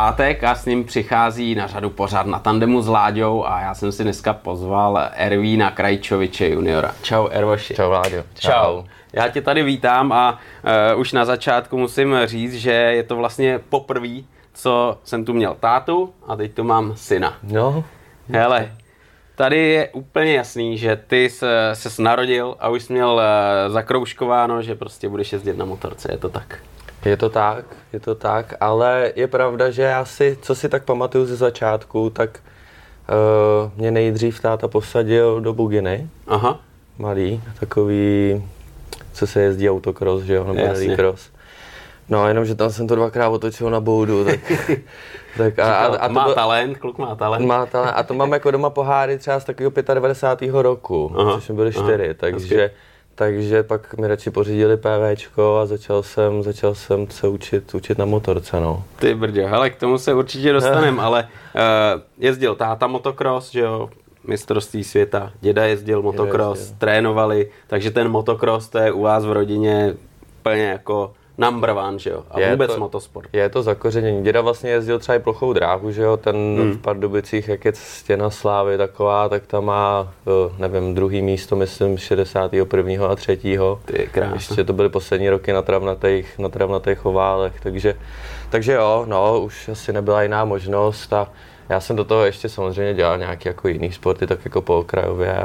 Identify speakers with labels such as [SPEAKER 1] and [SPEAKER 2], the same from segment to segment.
[SPEAKER 1] pátek a s ním přichází na řadu pořád na tandemu s Láďou a já jsem si dneska pozval Ervína Krajčoviče juniora. Čau Ervoši.
[SPEAKER 2] Čau Láďo.
[SPEAKER 1] Čau. Já tě tady vítám a už na začátku musím říct, že je to vlastně poprvé, co jsem tu měl tátu a teď tu mám syna.
[SPEAKER 2] No.
[SPEAKER 1] Hele, tady je úplně jasný, že ty ses narodil a už jsi měl zakroužkováno, že prostě budeš jezdit na motorce, je to tak?
[SPEAKER 2] Je to tak, ale je pravda, že já co si tak pamatuju ze začátku, tak mě nejdřív táta posadil do buginy. Aha. Malý, takový, co se jezdí autocross, že jo, nebo rallycross. No, jenom, že tam jsem to dvakrát otočil na boudu, tak
[SPEAKER 1] a má talent, kluk má talent.
[SPEAKER 2] Má talent a to mám jako doma poháry třeba z takového 95. roku, což jsme byli 4, takže pak mi radši pořídili PVčko a začal jsem se učit na motorce, no.
[SPEAKER 1] Ty brďo, hele, k tomu se určitě dostaneme, ale jezdil táta motocross, že jo, mistrovství světa, děda jezdil motocross, trénovali, takže ten motocross to je u vás v rodině úplně jako number one, že jo, a vůbec motosport.
[SPEAKER 2] Je to zakořenění. Děda vlastně jezdil třeba i plochou dráhu, že jo, ten v Pardubicích, jak je stěna slávy taková, tak tam má, nevím, druhý místo, myslím, 61. a 3.
[SPEAKER 1] Ty krása.
[SPEAKER 2] Ještě to byly poslední roky na travnatých oválech, takže jo, no, už asi nebyla jiná možnost a já jsem do toho ještě samozřejmě dělal nějaký jako jiný sporty, tak jako po okrajově,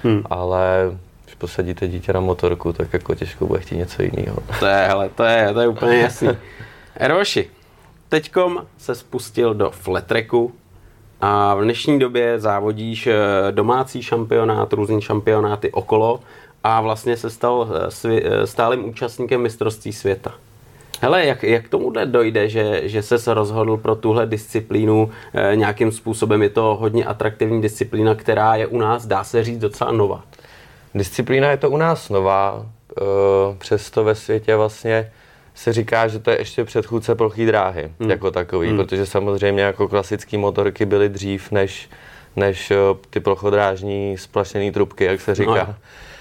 [SPEAKER 2] ale když posadíte dítě na motorku, tak jako těžko bude chtít něco jiného.
[SPEAKER 1] To je úplně jasný. Ervoši, teďkom se spustil do flat-tracku a v dnešní době závodíš domácí šampionát, různý šampionáty okolo a vlastně se stal stálým účastníkem mistrovství světa. Hele, jak tomuhle dojde, že ses rozhodl pro tuhle disciplínu nějakým způsobem? Je to hodně atraktivní disciplína, která je u nás, dá se říct, docela nová.
[SPEAKER 2] Disciplína je to u nás nová, přesto ve světě vlastně se říká, že to je ještě předchůdce plochý dráhy jako takový, protože samozřejmě jako klasické motorky byly dřív než ty plochodrážní splašený trubky, jak se říká. No.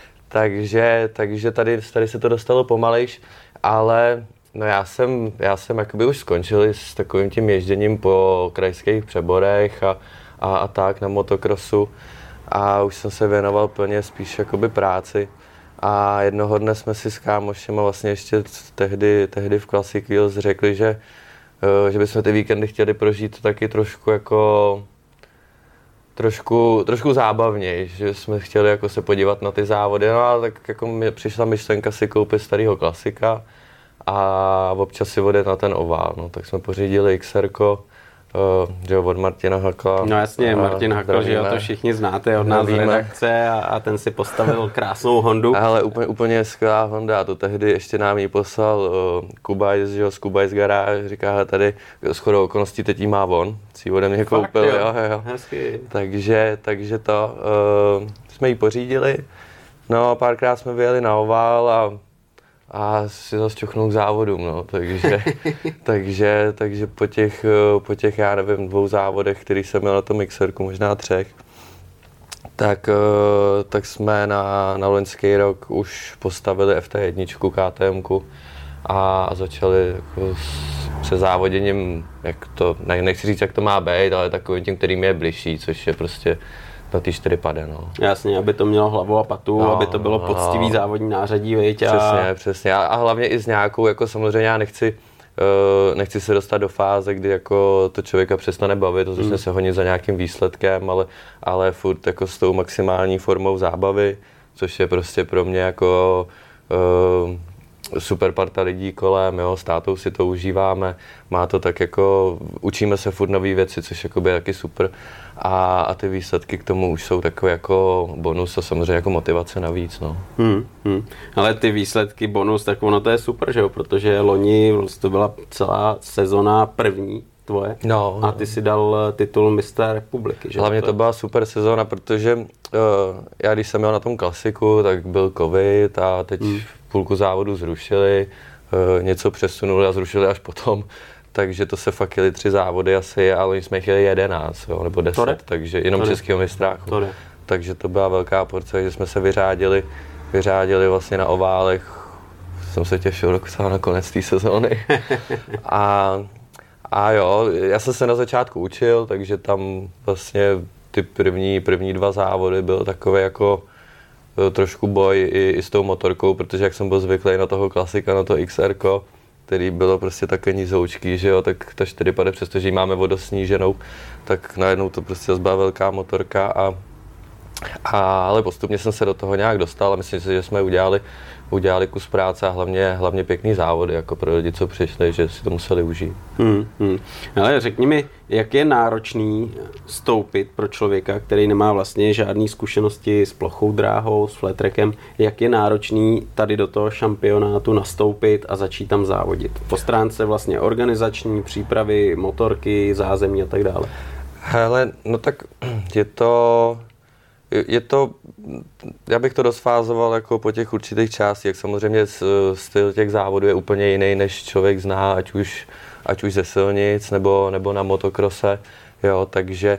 [SPEAKER 2] Takže tady se to dostalo pomalejš, ale no já jsem jakoby už skončil s takovým tím ježděním po krajských přeborech a tak na motokrosu. A už jsem se věnoval plně spíš jakoby práci. A jednoho dne jsme si s kámošem a vlastně ještě tehdy v Classic Wheels řekli, že bychom ty víkendy chtěli prožít taky trošku jako trošku zábavněji, že jsme chtěli jako se podívat na ty závody. No a tak jako mi přišla myšlenka si koupit starého klasika a občas si odjet na ten ovál. No, tak jsme pořídili XR-ko, že od Martina Hakla.
[SPEAKER 1] No jasně, Martin Hakl, že jo, to všichni znáte od nás z redakce a ten si postavil krásnou Hondu.
[SPEAKER 2] Ale úplně skvělá Honda, to tehdy ještě nám ji poslal Kubajs, že jo, z Kubajs garáž, říká tady shodou okolností teď jí má on, si ji ode mě koupil, jo.
[SPEAKER 1] Hezky.
[SPEAKER 2] Takže to jsme ji pořídili, no párkrát jsme vyjeli na ovál a si zase čuchnout k závodům, no, takže po těch, já nevím, 2 závodech, který jsem měl na tom mixerku, možná 3, tak jsme na loňský rok už postavili FT1, KTMku a začali jako se závoděním, jak to, nechci říct, jak to má být, ale takovým tím, kterým je bližší, což je prostě na ty 4 pade, no.
[SPEAKER 1] Jasně, aby to mělo hlavu a patu, aby to bylo poctivý závodní nářadí, veď.
[SPEAKER 2] Přesně. A hlavně i s nějakou, jako samozřejmě já nechci se dostat do fáze, kdy jako to člověka přestane bavit, to začne se honit za nějakým výsledkem, ale furt jako s tou maximální formou zábavy, což je prostě pro mě jako super parta lidí kolem, jo, s tátou si to užíváme, má to tak jako, učíme se furt nový věci, což je taky super a ty výsledky k tomu už jsou takové jako bonus a samozřejmě jako motivace navíc, no.
[SPEAKER 1] Ale ty výsledky bonus, tak ono to je super, že jo, protože loni to byla celá sezona první tvoje a ty si dal titul mistra republiky, že?
[SPEAKER 2] Hlavně to byla super sezona, protože já když jsem jel na tom klasiku, tak byl covid a teď půlku závodu zrušili, něco přesunuli a zrušili až potom, takže to se fakt jeli 3 závody asi, ale oni jsme jeli 11, jo, nebo 10, takže jenom českého mistráku. Takže to byla velká porce, že jsme se vyřádili vlastně na oválech, jsem se těšil docela na konec té sezóny. A jo, já jsem se na začátku učil, takže tam vlastně ty první 2 závody byl takový jako trošku boj i s tou motorkou, protože jak jsem byl zvyklý na toho klasika, na to XR, který bylo prostě také nizoučký, že jo, tak ta 4pade, přestože ji máme vodosníženou, tak najednou to prostě byla velká motorka ale postupně jsem se do toho nějak dostal a myslím si, že jsme udělali kus práce a hlavně pěkný závody jako pro lidi, co přišli, že si to museli užít.
[SPEAKER 1] Ale řekni mi, jak je náročný stoupit pro člověka, který nemá vlastně žádné zkušenosti s plochou dráhou, s flat-trackem, jak je náročný tady do toho šampionátu nastoupit a začít tam závodit? Po stránce vlastně organizační, přípravy, motorky, zázemí a tak dále.
[SPEAKER 2] Hele, no tak je to, já bych to rozfázoval jako po těch určitých částech. Samozřejmě styl těch závodů je úplně jiný, než člověk zná, ať už ze silnic nebo na motokrose, jo, takže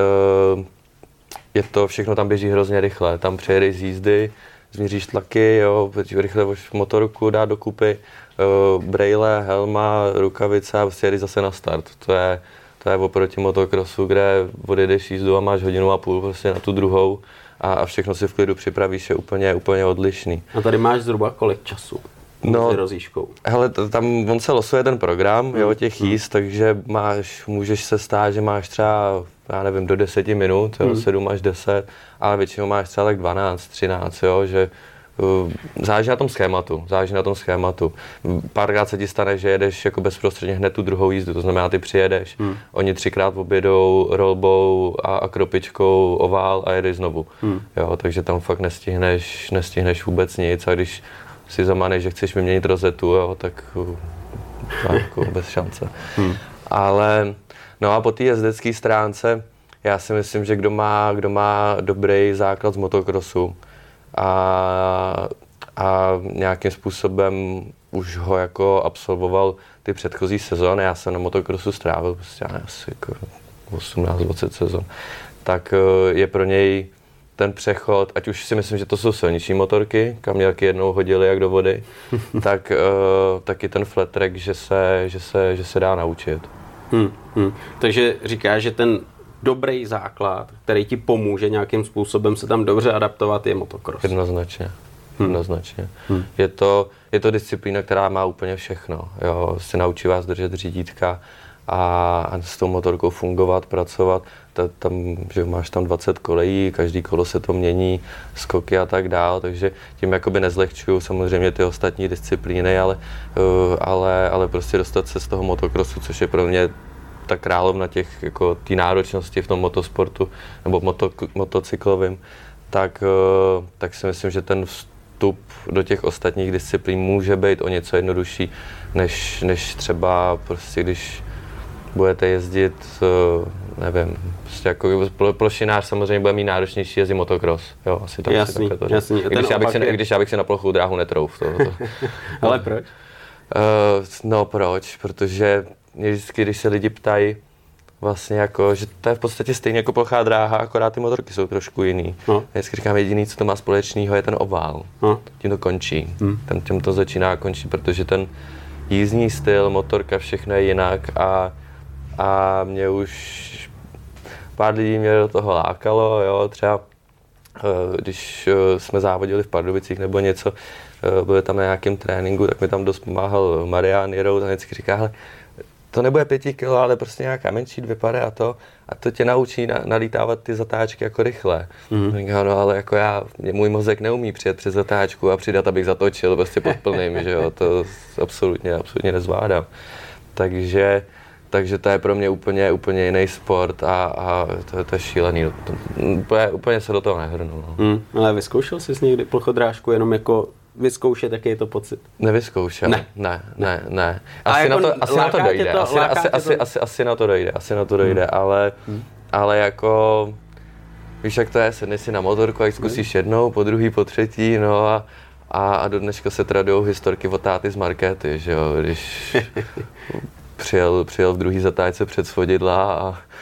[SPEAKER 2] je to všechno tam běží hrozně rychle. Tam přejedeš z jízdy, změříš tlaky, jo, rychle motorku dát dokupy, brejle, helma, rukavice a prostě jedeš zase na start. To je oproti motokrosu, kde odjedeš jízdu a máš 1,5 hodiny prostě na tu druhou a všechno si v klidu připravíš, je úplně odlišný.
[SPEAKER 1] A tady máš zhruba kolik času?
[SPEAKER 2] No, hele, tam on se losuje ten program, jo, těch jízd, takže můžeš se stát, že máš třeba, já nevím, do 10 minut, jo, 7 až 10, ale většinou máš třeba tak 12, 13, jo, že záleží na tom schématu. Párkrát se ti stane, že jedeš jako bezprostředně hned tu druhou jízdu, to znamená, ty přijedeš, oni 3krát objedou rolbou a kropičkou ovál a jedeš znovu. Jo, takže tam fakt nestihneš vůbec nic a když si zamaneš, že chceš vyměnit rozetu, jo, tak jako bez šance. Ale no a po té jezdecké stránce já si myslím, že kdo má dobrý základ z motokrosu a nějakým způsobem už ho jako absolvoval ty předchozí sezóny, já jsem na motokrosu strávil prostě asi jako 18-20 sezon, tak je pro něj ten přechod, ať už si myslím, že to jsou silnější motorky, kam mě taky jednou hodili jak do vody, tak taky ten flat track, že se dá naučit.
[SPEAKER 1] Takže říkáš, že ten dobrý základ, který ti pomůže nějakým způsobem se tam dobře adaptovat, je motocross.
[SPEAKER 2] Jednoznačně. Je to disciplína, která má úplně všechno. Jo. Se naučí vás držet řídítka a s tou motorkou fungovat, pracovat. Tam, že máš tam 20 kolejí, každý kolo se to mění, skoky a tak dál, takže tím jakoby nezlehčuju samozřejmě ty ostatní disciplíny, ale prostě dostat se z toho motokrosu, což je pro mě ta královna těch, jako té náročnosti v tom motosportu nebo motocyklovým, tak si myslím, že ten vstup do těch ostatních disciplín může být o něco jednodušší, než třeba prostě když budete jezdit, nevím, prostě jako plošinář samozřejmě bude mít náročnější jezdit motocross, jo, asi tak.
[SPEAKER 1] Jasný.
[SPEAKER 2] Když já bych si na plochou dráhu netrouf. To.
[SPEAKER 1] Ale proč?
[SPEAKER 2] No proč, protože vždycky, když se lidi ptají, vlastně jako, že to je v podstatě stejně jako plochá dráha, akorát ty motorky jsou trošku jiný. Já vždycky říkám, jediný, co to má společného, je ten ovál. Tím to končí. Tím to začíná a končí, protože ten jízdní styl, motorka, všechno je jinak a mě už pár lidí mě do toho lákalo, jo, třeba když jsme závodili v Pardubicích nebo něco, byli tam na nějakém tréninku, tak mi tam dost pomáhal Marian Jirou, a vždycky říká, hele, to nebude 5 kg, ale prostě nějaká menší 2 pade a to tě naučí nalítávat ty zatáčky jako rychle. Říká, no ale jako můj mozek neumí přijet přes zatáčku a přidat, abych zatočil prostě pod plným, že jo, to absolutně nezvládám. Takže to je pro mě úplně jiný sport a to je šílený. Úplně se do toho nehrnu. No.
[SPEAKER 1] Ale vyzkoušel jsi někdy plochodrážku jenom jako vyzkoušet, jaký je to pocit?
[SPEAKER 2] Nevyzkoušel. Ne. Asi na to dojde. Asi na to dojde, ale jako víš, jak to je, sedneš si na motorku a zkusíš jednou, po druhý, po třetí, no a do dneška se tradujou historky od táty z Markéty, že jo, když přijel v druhý zatáčce před svodidla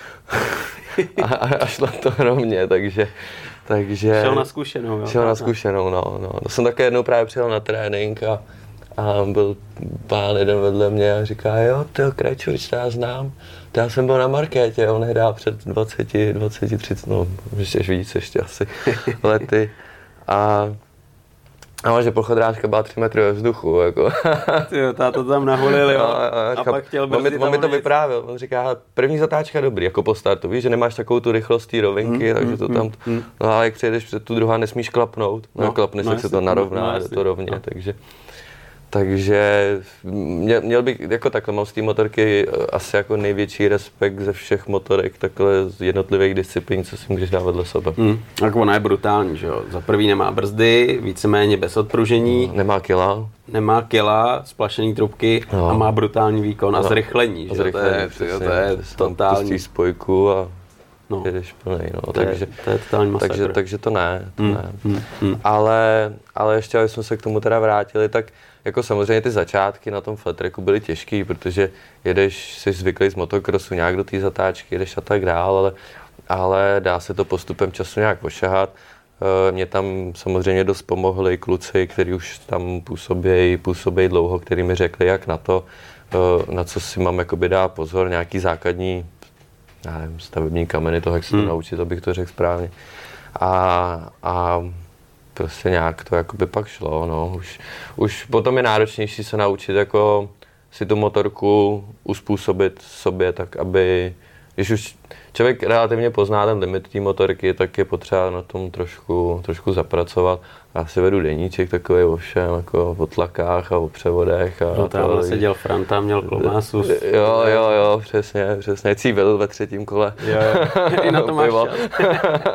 [SPEAKER 2] a šlo to rovně, takže
[SPEAKER 1] šel na zkušenou, jo?
[SPEAKER 2] Šel na zkušenou, no. To jsem také jednou právě přijel na trénink a byl pán jeden vedle mě a říká, jo, tyjo, Krajčovič, to já znám. To já jsem byl na markétě, on hrál před 20, 30, no ještě víc, ještě asi lety. A že Plchodrážka byla 3 metry ve vzduchu, jako.
[SPEAKER 1] Tyjo, táto tam naholil, jo, a pak chtěl brzdit.
[SPEAKER 2] On mi to vyprávěl, on říká, první zatáčka dobrý, jako po startu, víš, že nemáš takovou tu rychlost té rovinky, takže to tam, no a jak přijedeš před tu druhá, nesmíš klapnout, klapneš, tak se to narovná, je to rovně, takže měl bych, jako takhle, mám z té motorky asi jako největší respekt ze všech motorek, takhle z jednotlivých disciplín, co si můžeš dát vedle sebe.
[SPEAKER 1] Tak ona je brutální, že jo? Za prvý nemá brzdy, víceméně bez odpružení. Nemá kila, splašený trubky a má brutální výkon a zrychlení, že jo? To je totální.
[SPEAKER 2] Pustí spojku a jedeš plnej, no.
[SPEAKER 1] To je totální masakr.
[SPEAKER 2] Takže to ne. Ale ještě, aby jsme se k tomu teda vrátili, tak jako samozřejmě ty začátky na tom flat tracku byly těžký, protože jsi zvyklý z motocrossu nějak do té zatáčky, jedeš a tak dál, ale dá se to postupem času nějak ošahat. Mě tam samozřejmě dost pomohli kluci, kteří už tam působí dlouho, kteří mi řekli, jak na to, na co si mám jakoby dát pozor, nějaký základní, já nevím, stavební kameny, toho, jak se to naučit, abych to řekl správně. A prostě nějak to jakoby pak šlo, no. Už potom je náročnější se naučit jako si tu motorku uspůsobit sobě tak, aby, když už člověk relativně pozná ten limit té motorky, tak je potřeba na tom trošku zapracovat. Já si vedu deníček takový o všem, jako o tlakách a o převodech.
[SPEAKER 1] No tam seděl Franta, měl klomásu.
[SPEAKER 2] Jo, přesně. Cíbil ve 3. kole.
[SPEAKER 1] Jo. I na to máš čas.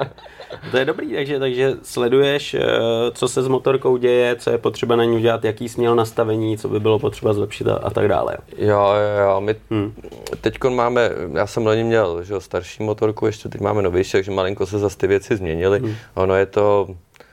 [SPEAKER 1] To je dobrý, takže sleduješ, co se s motorkou děje, co je potřeba na ní udělat, jaký jsi měl nastavení, co by bylo potřeba zlepšit a tak dále.
[SPEAKER 2] Jo, my teďkon máme, já jsem loni měl, že starší motorku, ještě teď máme novější, takže malinko se zase ty věci změnily. Ono je to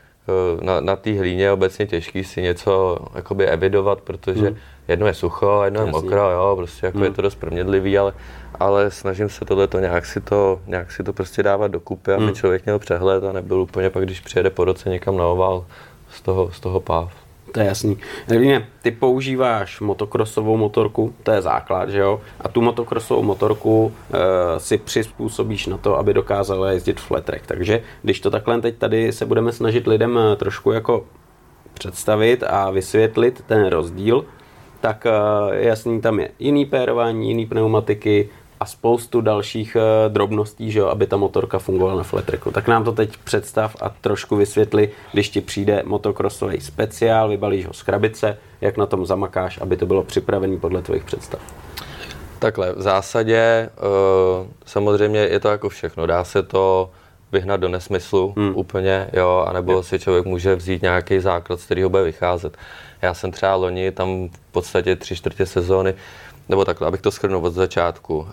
[SPEAKER 2] na té hlíně je obecně těžký si něco jakoby evidovat, protože jedno je sucho, jedno je mokro, jo, prostě jako je to dost proměnlivý, ale snažím se tohleto nějak si to prostě dávat dokupy, aby člověk měl přehled a nebyl úplně pak, když přijede po roce někam na ovál z toho páv.
[SPEAKER 1] To je jasný. Nevím, ty používáš motocrossovou motorku, to je základ, že jo? A tu motocrossovou motorku si přizpůsobíš na to, aby dokázala jezdit flat track. Takže když to takhle teď tady se budeme snažit lidem trošku jako představit a vysvětlit ten rozdíl, tak jasný, tam je jiný pérování, jiný pneumatiky a spoustu dalších drobností, že jo, aby ta motorka fungovala na flat tracku. Tak nám to teď představ a trošku vysvětli, když ti přijde motocrossový speciál, vybalíš ho z krabice, jak na tom zamakáš, aby to bylo připravené podle tvých představ.
[SPEAKER 2] Takhle, v zásadě samozřejmě je to jako všechno, dá se to vyhnat do nesmyslu úplně, jo, anebo si člověk může vzít nějaký základ, z kterého bude vycházet. Já jsem třeba loni tam v podstatě 3/4 sezóny, nebo takhle, abych to shrnul od začátku.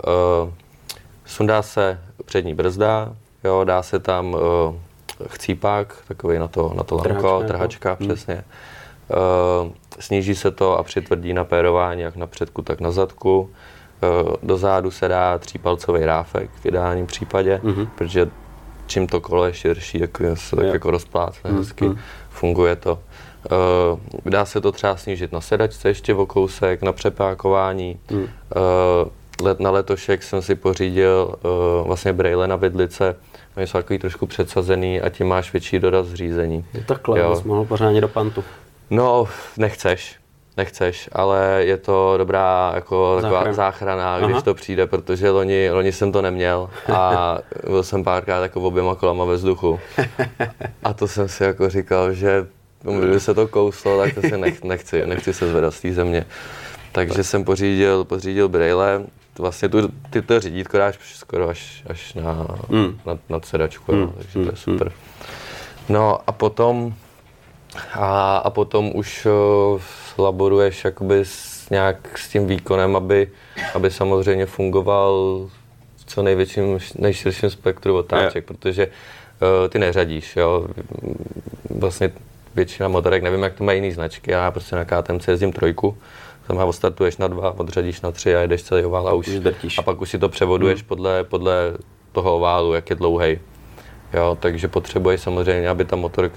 [SPEAKER 2] Sundá se přední brzda, jo, dá se tam chcípák, takový na to lanko, trhačka, přesně. Sníží se to a přitvrdí na pérování jak na předku, tak na zadku. Do zádu se dá 3palcový ráfek v ideálním případě, protože čím to kolo je širší, tak se tak jako rozplácne hezky, funguje to. Dá se to třeba snížit na sedačce ještě o kousek, na přepákování. Na letošek jsem si pořídil vlastně brejle na vidlice, oni jsou takový trošku předsazený a tím máš větší doraz zřízení.
[SPEAKER 1] Takhle, bys mohl pořádně do pantu.
[SPEAKER 2] No, nechceš, ale je to dobrá jako taková záchrana, když to přijde, protože loni jsem to neměl a byl jsem párkrát jako oběma kolama ve vzduchu. A to jsem si jako říkal, že kdyby se to kouslo, tak to si nechci se zvedat z té země. Takže jsem pořídil brejle, vlastně to řídítko dáš skoro až na sedačku, takže to je super. No a potom už laboruješ jakoby nějak s tím výkonem, aby samozřejmě fungoval v co nejširším spektru otáček, protože ty neřadíš, jo. Vlastně většina motorek, nevím, jak to mají jiný značky, já prostě na KTMC jezdím 3, tam odstartuješ na 2, odřadíš na 3 a jedeš celý ovál a už drtíš. A pak už si to převoduješ podle toho oválu, jak je dlouhej. Jo, takže potřebuješ samozřejmě, aby ta motorka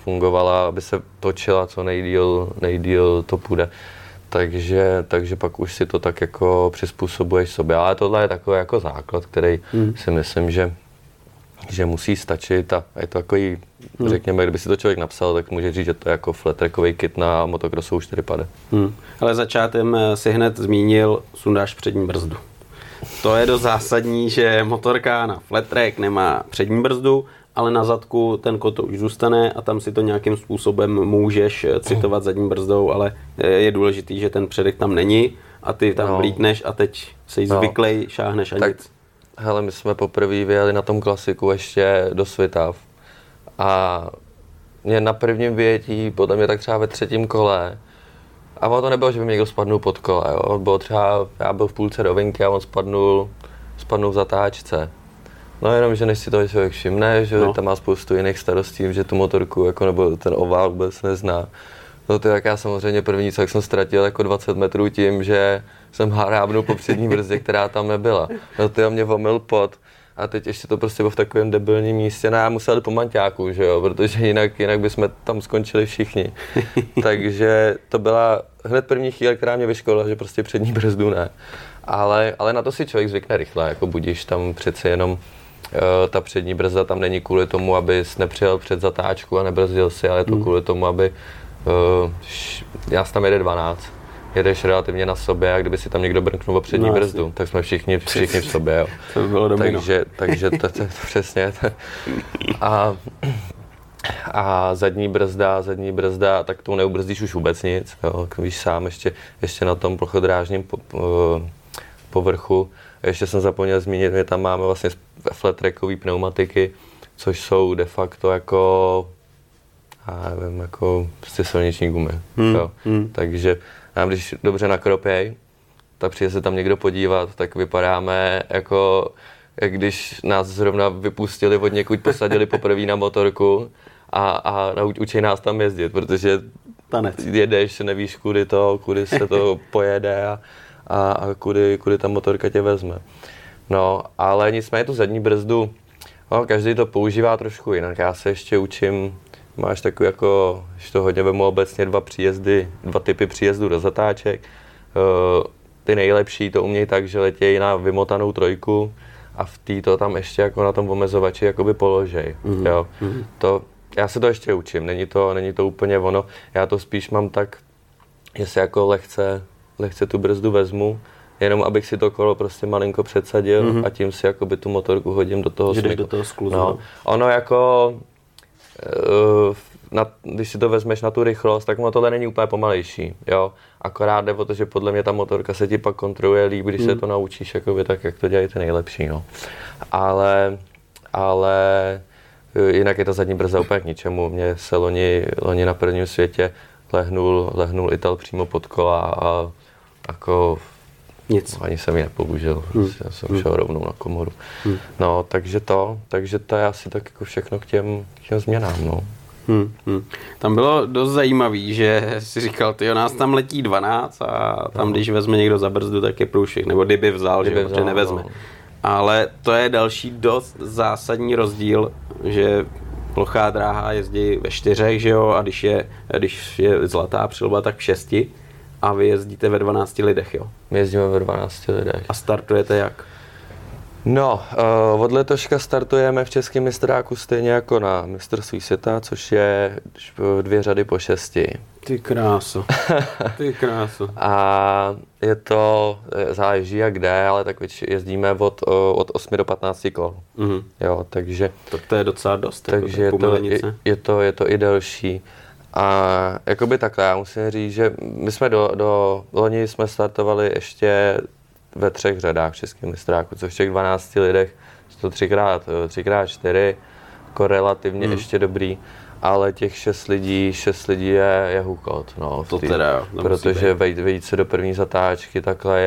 [SPEAKER 2] fungovala, aby se točila co nejdýl to půjde. Takže pak už si to tak jako přizpůsobuješ sobě. Ale tohle je takový jako základ, který si myslím, že musí stačit a je to takový, řekněme, kdyby si to člověk napsal, tak může říct, že to je jako flat trackový kit na motocrossovou 4pady.
[SPEAKER 1] Ale začátkem si hned zmínil, sundáš přední brzdu. To je dost zásadní, že motorka na flat track nemá přední brzdu, ale na zadku ten koto už zůstane a tam si to nějakým způsobem můžeš citovat zadní brzdou, ale je důležitý, že ten předek tam není a ty tam vlítneš a teď jsi zvyklej, šáhneš a
[SPEAKER 2] tak,
[SPEAKER 1] nic.
[SPEAKER 2] Hele, my jsme poprvé vyjeli na tom klasiku ještě do Svitav a mě na prvním vyjetí, podle mě tak třeba ve 3. kole, a ono to nebylo, že by mě někdo spadnul pod kole, jo. Bylo třeba, já byl v půlce rovinky a on spadnul v zatáčce. No jenom, že než si toho člověk všimne, že tam má spoustu jiných starostí, že tu motorku jako, nebo ten ovál vůbec nezná. No to jak já samozřejmě první, co jsem ztratil jako 20 metrů tím, že jsem hrábnul po přední brzdě, která tam nebyla. No to mě vomil pot a teď ještě to prostě bylo v takovém debilním místě. No já musel jít po manťáku, že jo, protože jinak bychom tam skončili všichni. Takže to byla hned první chvíle, která mě vyškolila, že prostě přední brzdu ne. Ale na to si člověk zvykne rychle, jako budíš tam přece jenom ta přední brzda tam není kvůli tomu, abys nepřijel před zatáčku a nebrzdil si, ale je to kvůli tomu, aby já tam jede 12. Jedeš relativně na sobě a kdyby si tam někdo brnknul o přední brzdu, tak jsme všichni v sobě. Jo.
[SPEAKER 1] To by bylo domino.
[SPEAKER 2] Takže to přesně. A zadní brzda, tak tou neubrzdíš už vůbec nic. Jo. Víš sám ještě na tom plochodrážním povrchu. Ještě jsem zapomněl zmínit, my tam máme vlastně flat trackové pneumatiky, což jsou de facto jako, já nevím, jako prostě silniční gumy. Jo. Takže nám, když dobře nakropěj, tak přijde se tam někdo podívat, tak vypadáme jako, jak když nás zrovna vypustili od někud, posadili poprvé na motorku a učí nás tam jezdit, protože jedeš, nevíš, kudy se to pojede a kudy ta motorka tě vezme. No, ale nicméně tu zadní brzdu, no, každý to používá trošku jinak. Já se ještě učím, máš takový jako, když to hodně vemu obecně, dva typy příjezdů do zatáček. Ty nejlepší to umějí tak, že letějí na vymotanou trojku a v té to tam ještě jako na tom omezovači jakoby položej. Jo. Já se to ještě učím, není to úplně ono. Já to spíš mám tak, že se jako lehce tu brzdu vezmu, jenom abych si to kolo prostě malinko předsadil a tím si jakoby tu motorku hodím do toho smyku.
[SPEAKER 1] Do toho skluzu.
[SPEAKER 2] No. Ono jako, když si to vezmeš na tu rychlost, tak ono tohle není úplně pomalejší, jo. Akorát jde o to, že podle mě ta motorka se ti pak kontroluje líp, když se to naučíš jakoby tak, jak to dělají ty nejlepší, no. Ale jinak je ta zadní brzda úplně k ničemu. Mně se loni na prvním světě lehnul Ital přímo pod kola a jako
[SPEAKER 1] nic.
[SPEAKER 2] Ani jsem ji nepoužil, já jsem šel rovnou na komoru. No, takže to je asi tak jako všechno k těm změnám, no.
[SPEAKER 1] Tam bylo dost zajímavý, že si říkal, tyjo, nás tam letí 12 a tam když vezme někdo za brzdu, tak je průšvih, nebo kdyby vzal, protože nevezme. No. Ale to je další dost zásadní rozdíl, že plochá dráha jezdí ve 4, že jo, a když je zlatá přilba, tak v 6 a vy jezdíte ve 12 lidech, jo?
[SPEAKER 2] My jezdíme ve 12 lidech.
[SPEAKER 1] A startujete jak?
[SPEAKER 2] No, od letoška startujeme v českém mistráku stejně jako na mistrovství světa, což je 2 řady po 6.
[SPEAKER 1] Ty kráso.
[SPEAKER 2] A je to, záleží jak kde, ale tak jezdíme od 8 do 15 kol. Jo, takže...
[SPEAKER 1] To je docela dost.
[SPEAKER 2] Takže je to i delší. A jakoby takhle, já musím říct, že my jsme loni jsme startovali ještě ve 3 řadách v českém mistráku, což v těch 12 lidech to 3x4, jako relativně ještě dobrý, ale těch 6 lidí je hukot, no.
[SPEAKER 1] To teda jo.
[SPEAKER 2] Protože vejít se do první zatáčky takhle,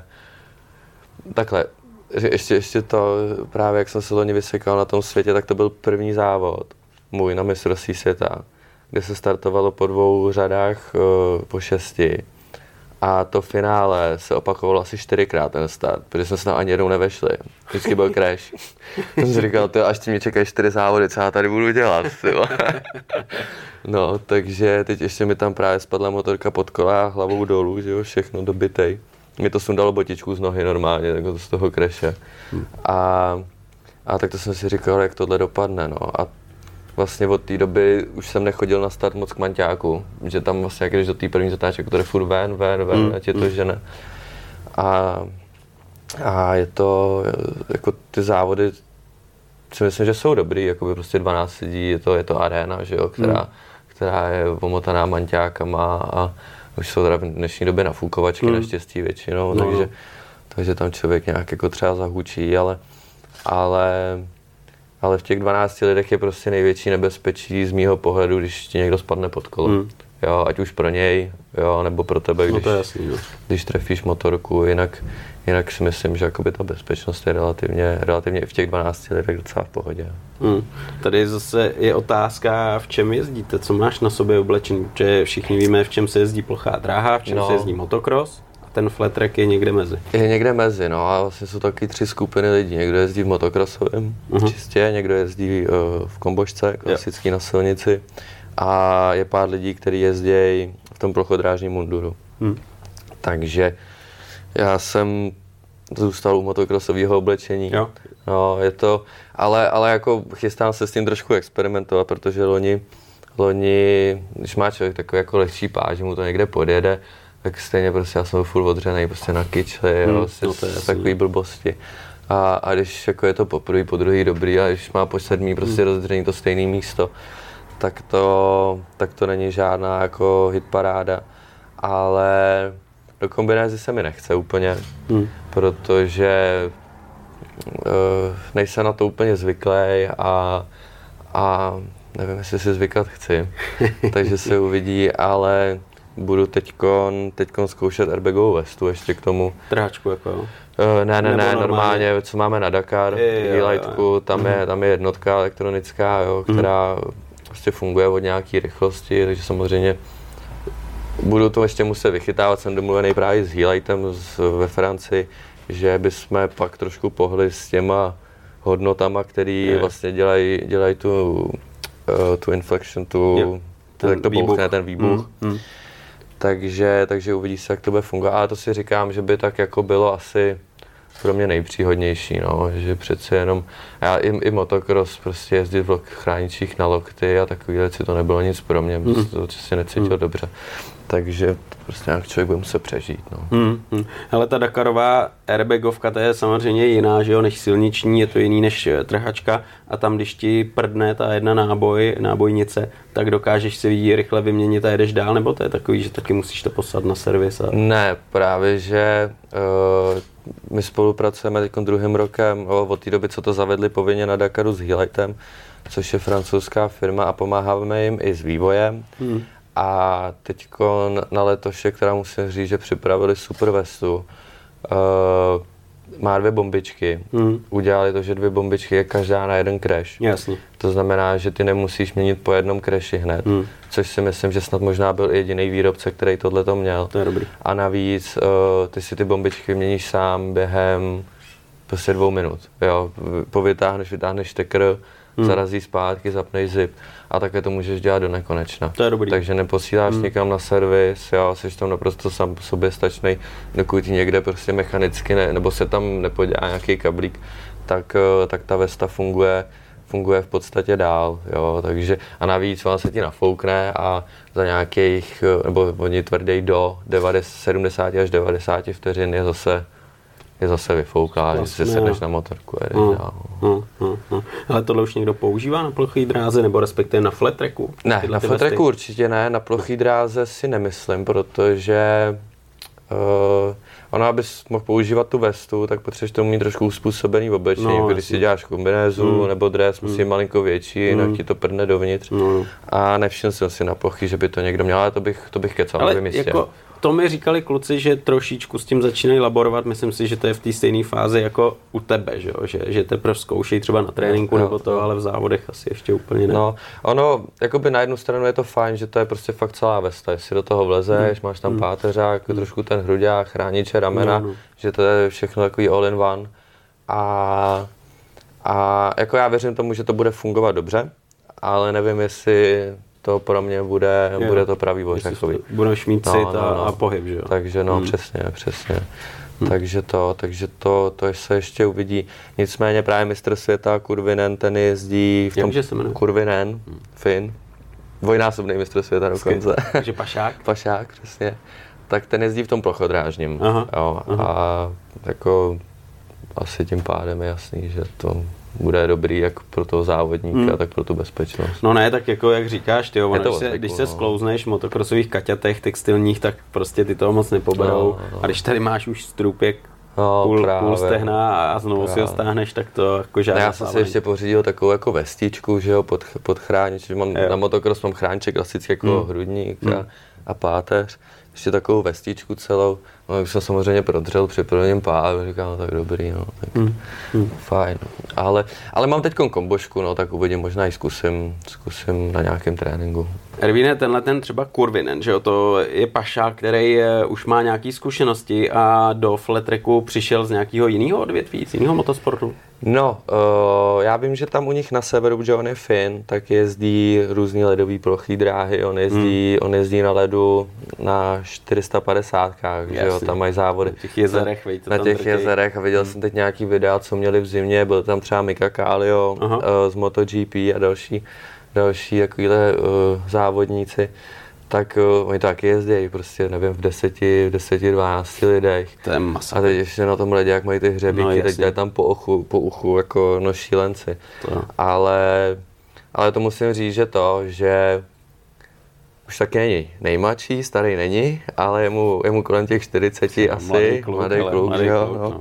[SPEAKER 2] ještě to, právě jak jsem se loni vysekal na tom světě, tak to byl první závod můj na mistrovství světa, kde se startovalo po 2 řadách po 6. A to finále se opakovalo asi 4krát ten start, protože jsme se tam ani jednou nevešli. Vždycky byl crash. Jsem si říkal, až ty mě čekají 4 závody, co já tady budu dělat. No, takže teď ještě mi tam právě spadla motorka pod kola a hlavou dolů, že jo, všechno dobitej. Mi to sundalo botičku z nohy normálně, jako z toho crashe. A tak to jsem si říkal, jak tohle dopadne, no. A vlastně od té doby už jsem nechodil na start moc k manťáku, že tam vlastně, jak když do té první zatáčky, to je furt ven, a tě to žene. A je to, jako ty závody, si myslím, že jsou dobrý, jako by prostě 12 lidí, je to arena, že jo, která je omotaná manťákama a už jsou teda v dnešní době nafukovačky naštěstí většinou, takže tam člověk nějak jako třeba zahučí, ale v těch 12 lidech je prostě největší nebezpečí z mýho pohledu, když ti někdo spadne pod kolo. Jo, ať už pro něj, jo, nebo pro tebe, když trefíš motorku, jinak si myslím, že jakoby ta bezpečnost je relativně v těch 12 lidech docela v pohodě.
[SPEAKER 1] Tady zase je otázka, v čem jezdíte, co máš na sobě oblečený, protože všichni víme, v čem se jezdí plochá dráha, v čem se jezdí motocross. Ten flat track je někde mezi.
[SPEAKER 2] Je někde mezi, no a vlastně jsou taky 3 skupiny lidí. Někdo jezdí v motocrossovém čistě, někdo jezdí v kombošce, klasický na silnici a je pár lidí, kteří jezdí v tom plochodrážním munduru. Takže já jsem zůstal u motocrossového oblečení.
[SPEAKER 1] Jo.
[SPEAKER 2] No, je to, ale jako chystám se s tím trošku experimentovat, protože loni, když má člověk takový jako lehčí páž, že mu to někde podjede, tak stejně prostě já jsem byl furt odřenej prostě na kyčli, takový blbosti. A když jako je to poprvé, po druhý dobrý a když má po 7 prostě rozdřený to stejné místo, tak to není žádná jako hitparáda. Ale do kombinézy se mi nechce úplně, protože nejsem na to úplně zvyklý a nevím, jestli si zvykat chci, takže se uvidí, ale budu teďkon zkoušet airbagovou vestu ještě k tomu.
[SPEAKER 1] Trhačku jako jo?
[SPEAKER 2] Ne, normálně, co máme na Dakar, V-Lightku, tam je jednotka elektronická, jo, která prostě funguje od nějaký rychlosti, takže samozřejmě budu to ještě muset vychytávat, jsem domluvený právě s Healightem ve Francii, že bychom pak trošku pohli s těma hodnotama, který vlastně dělají tu inflection, tak to bouchne ten výbuch. Takže uvidí se, jak to bude fungovat, ale to si říkám, že by tak jako bylo asi pro mě nejpříhodnější, no, že přece jenom, já i motocross, prostě jezdit v chráničích na lokty a takový věci, to nebylo nic pro mě, to se necítil dobře, takže prostě nějak člověk bude muset přežít, no.
[SPEAKER 1] Hele, ta Dakarová airbagovka, to je samozřejmě jiná, že jo, než silniční, je to jiný než trhačka a tam, když ti prdne ta jedna nábojnice, tak dokážeš si ji rychle vyměnit a jedeš dál, nebo to je takový, že taky musíš to poslat na servis?
[SPEAKER 2] Ne, právě, že my spolupracujeme teď 2. rokem, od té doby, co to zavedli povinně na Dakaru s Healightem, což je francouzská firma a pomáháme jim i s vývojem. A teď na letošek, která musím říct, že připravili super vestu, má 2 bombičky. Udělali to, že 2 bombičky je každá na jeden crash.
[SPEAKER 1] Jasně.
[SPEAKER 2] To znamená, že ty nemusíš měnit po jednom crashi hned, což si myslím, že snad možná byl jediný výrobce, který tohleto měl.
[SPEAKER 1] To je dobrý.
[SPEAKER 2] A navíc ty si ty bombičky vyměníš sám během prostě 2 minut. Jo, vytáhneš tekr, zarazí zpátky, zapneš zip a také to můžeš dělat do nekonečna.
[SPEAKER 1] To je dobrý.
[SPEAKER 2] Takže neposíláš někam na servis, jo, jsi tam naprosto sám sobě stačnej, dokud ti někde prostě mechanicky nebo se tam nepodělá nějaký kablík, tak ta vesta funguje v podstatě dál, jo, takže a navíc ona se ti nafoukne a za nějakých, nebo oni tvrdí do 70 až 90 vteřin je zase vyfouklá, vlastně, že si sedneš na motorku a jedeš dál.
[SPEAKER 1] Ale tohle už někdo používá na ploché dráze, nebo respektive na flat tracku?
[SPEAKER 2] Ne, na flat tracku určitě ne, na ploché dráze si nemyslím, protože ona, abys mohl používat tu vestu, tak potřebuješ tomu mít trošku uspůsobený oblečení, když si děláš kombinézu nebo dres, musí malinko větší, jinak ti to prdne dovnitř. A nevšiml jsem si na plochy, že by to někdo měl, ale to bych kecal, nevím jistě.
[SPEAKER 1] Jako to mi říkali kluci, že trošičku s tím začínají laborovat. Myslím si, že to je v té stejné fázi jako u tebe, že teprve zkoušejí třeba na tréninku nebo to, ale v závodech asi ještě úplně ne.
[SPEAKER 2] No, ono, jakoby na jednu stranu je to fajn, že to je prostě fakt celá vesta. Jestli do toho vlezeš, máš tam páteřák, trošku ten hruďák, chrániče, ramena, že to je všechno takový all in one. A jako já věřím tomu, že to bude fungovat dobře, ale nevím, jestli to pro mě bude to pravý ořechový.
[SPEAKER 1] Budeš mít cit a pohyb, že jo?
[SPEAKER 2] Takže přesně. Takže to se ještě uvidí. Nicméně právě mistr světa Kurvinen, ten jezdí v tom Kurvinen, Fin, dvojnásobný mistr světa dokonce.
[SPEAKER 1] Takže Pašák?
[SPEAKER 2] Pašák, přesně. Tak ten jezdí v tom plochodrážním. Jo, a jako asi tím pádem je jasný, že to bude dobrý jak pro toho závodníka, tak pro tu bezpečnost.
[SPEAKER 1] No ne, tak jako jak říkáš, ty, když se sklouzneš v motokrosových kaťatech textilních, tak prostě ty toho moc nepoberou. A když tady máš už strůpěk půl stehna a znovu si ho stáhneš, tak to jako žádná.
[SPEAKER 2] Já jsem si ještě pořídil takovou jako vestičku, že jo, pod chránič, že mám na motokros mám chrániče klasicky jako hrudník a páteř. Ještě takovou vestičku celou, no už jsem samozřejmě prodřel při prvním pádu, říkám, no tak dobrý, no, tak fajn. Ale mám teďkon kombošku, no, tak uvidím, možná i zkusím na nějakém tréninku.
[SPEAKER 1] Ervíne, ten třeba Kurvinen, že jo, to je pašák, který už má nějaké zkušenosti a do flattracku přišel z nějakého jiného odvětví, z jiného motosportu?
[SPEAKER 2] No, já vím, že tam u nich na severu, že on je Fin, tak jezdí různý ledový plochý dráhy, on jezdí na ledu na 450kách, že jo, tam mají závody. Na těch jezerech a viděl jsem teď nějaký videa, co měli v zimě, byl tam třeba Mika Kallio z MotoGP a další takovýhle závodníci. Tak oni taky jezdí, prostě nevím, v 10-12 lidech.
[SPEAKER 1] To je masakr.
[SPEAKER 2] A teď ještě na tom ledě, jak mají ty hřebíky, teď jde tam po uchu jako no šílenci. Ale to musím říct, že už taky není nejmladší, starý není, ale je mu kolem těch 40 asi, mladý kluk, že jo. No.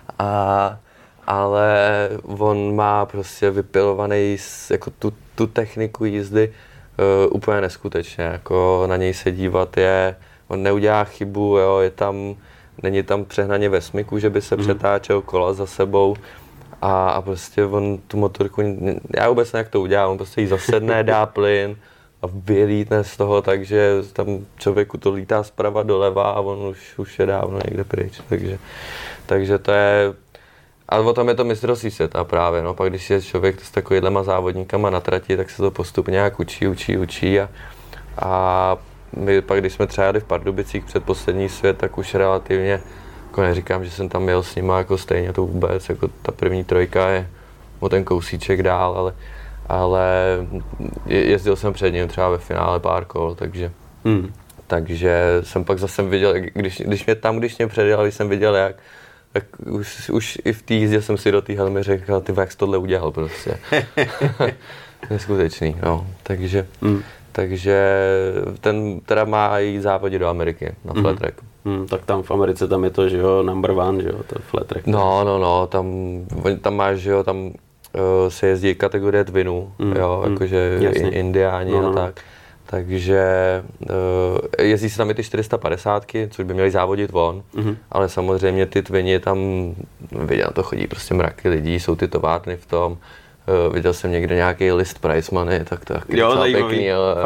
[SPEAKER 2] Ale on má prostě vypilovaný jako tu techniku jízdy úplně neskutečně, jako na něj se dívat on neudělá chybu, jo, není tam přehnaně ve smyku, že by se přetáčel kola za sebou a prostě on tu motorku, já vůbec nevím, jak to udělá, on prostě jí zasedne, dá plyn a vylítne z toho, takže tam člověku to lítá zprava doleva a on už je dávno někde pryč, takže to je. A o tom je to mistrovství světa právě, no, pak když je člověk s takovýhlema závodníkama na trati, tak se to postupně nějak učí a my pak, když jsme třeba jeli v Pardubicích před poslední svět, tak už relativně, jako neříkám, že jsem tam jel s nima jako stejně to vůbec, jako ta první trojka je o ten kousíček dál, ale jezdil jsem před ním třeba ve finále pár kol, takže jsem pak zase viděl, když mě předjel, když jsem viděl jak, tak už i v té jízdě jsem si do té helmy řekl, ty jak jsi tohle udělal prostě. Neskutečný, no. Takže ten teda má jít závodit do Ameriky na flat track.
[SPEAKER 1] Tak tam v Americe tam je to, že jo, number one, že jo, to flat track.
[SPEAKER 2] No, tam máš, že jo, tam se jezdí kategorie twinů, jo, jakože indiáni a tak. Takže jezdí se tam i ty 450ky, což by měli závodit von, ale samozřejmě ty twiny tam, viděl, to chodí prostě mraky lidí, jsou ty továrny v tom. Viděl jsem někde nějaký list prize money, tak to je docela pěkný,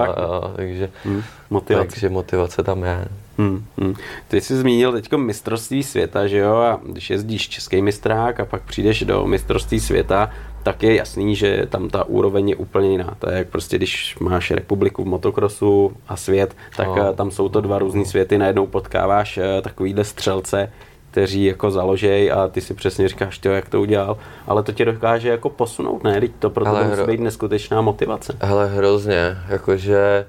[SPEAKER 2] takže motivace tam je.
[SPEAKER 1] Ty jsi zmínil teďko mistrovství světa, že jo, a když jezdíš český mistrák a pak přijdeš do mistrovství světa, tak je jasný, že tam ta úroveň je úplně jiná. To je jak prostě, když máš republiku v motokrosu a svět, tak tam jsou to dva různý světy, najednou potkáváš takovýhle střelce, kteří jako založej a ty si přesně říkáš, jak to udělal, ale to tě dokáže jako posunout, ne? To pro to musí být neskutečná motivace.
[SPEAKER 2] Hele, hrozně, jakože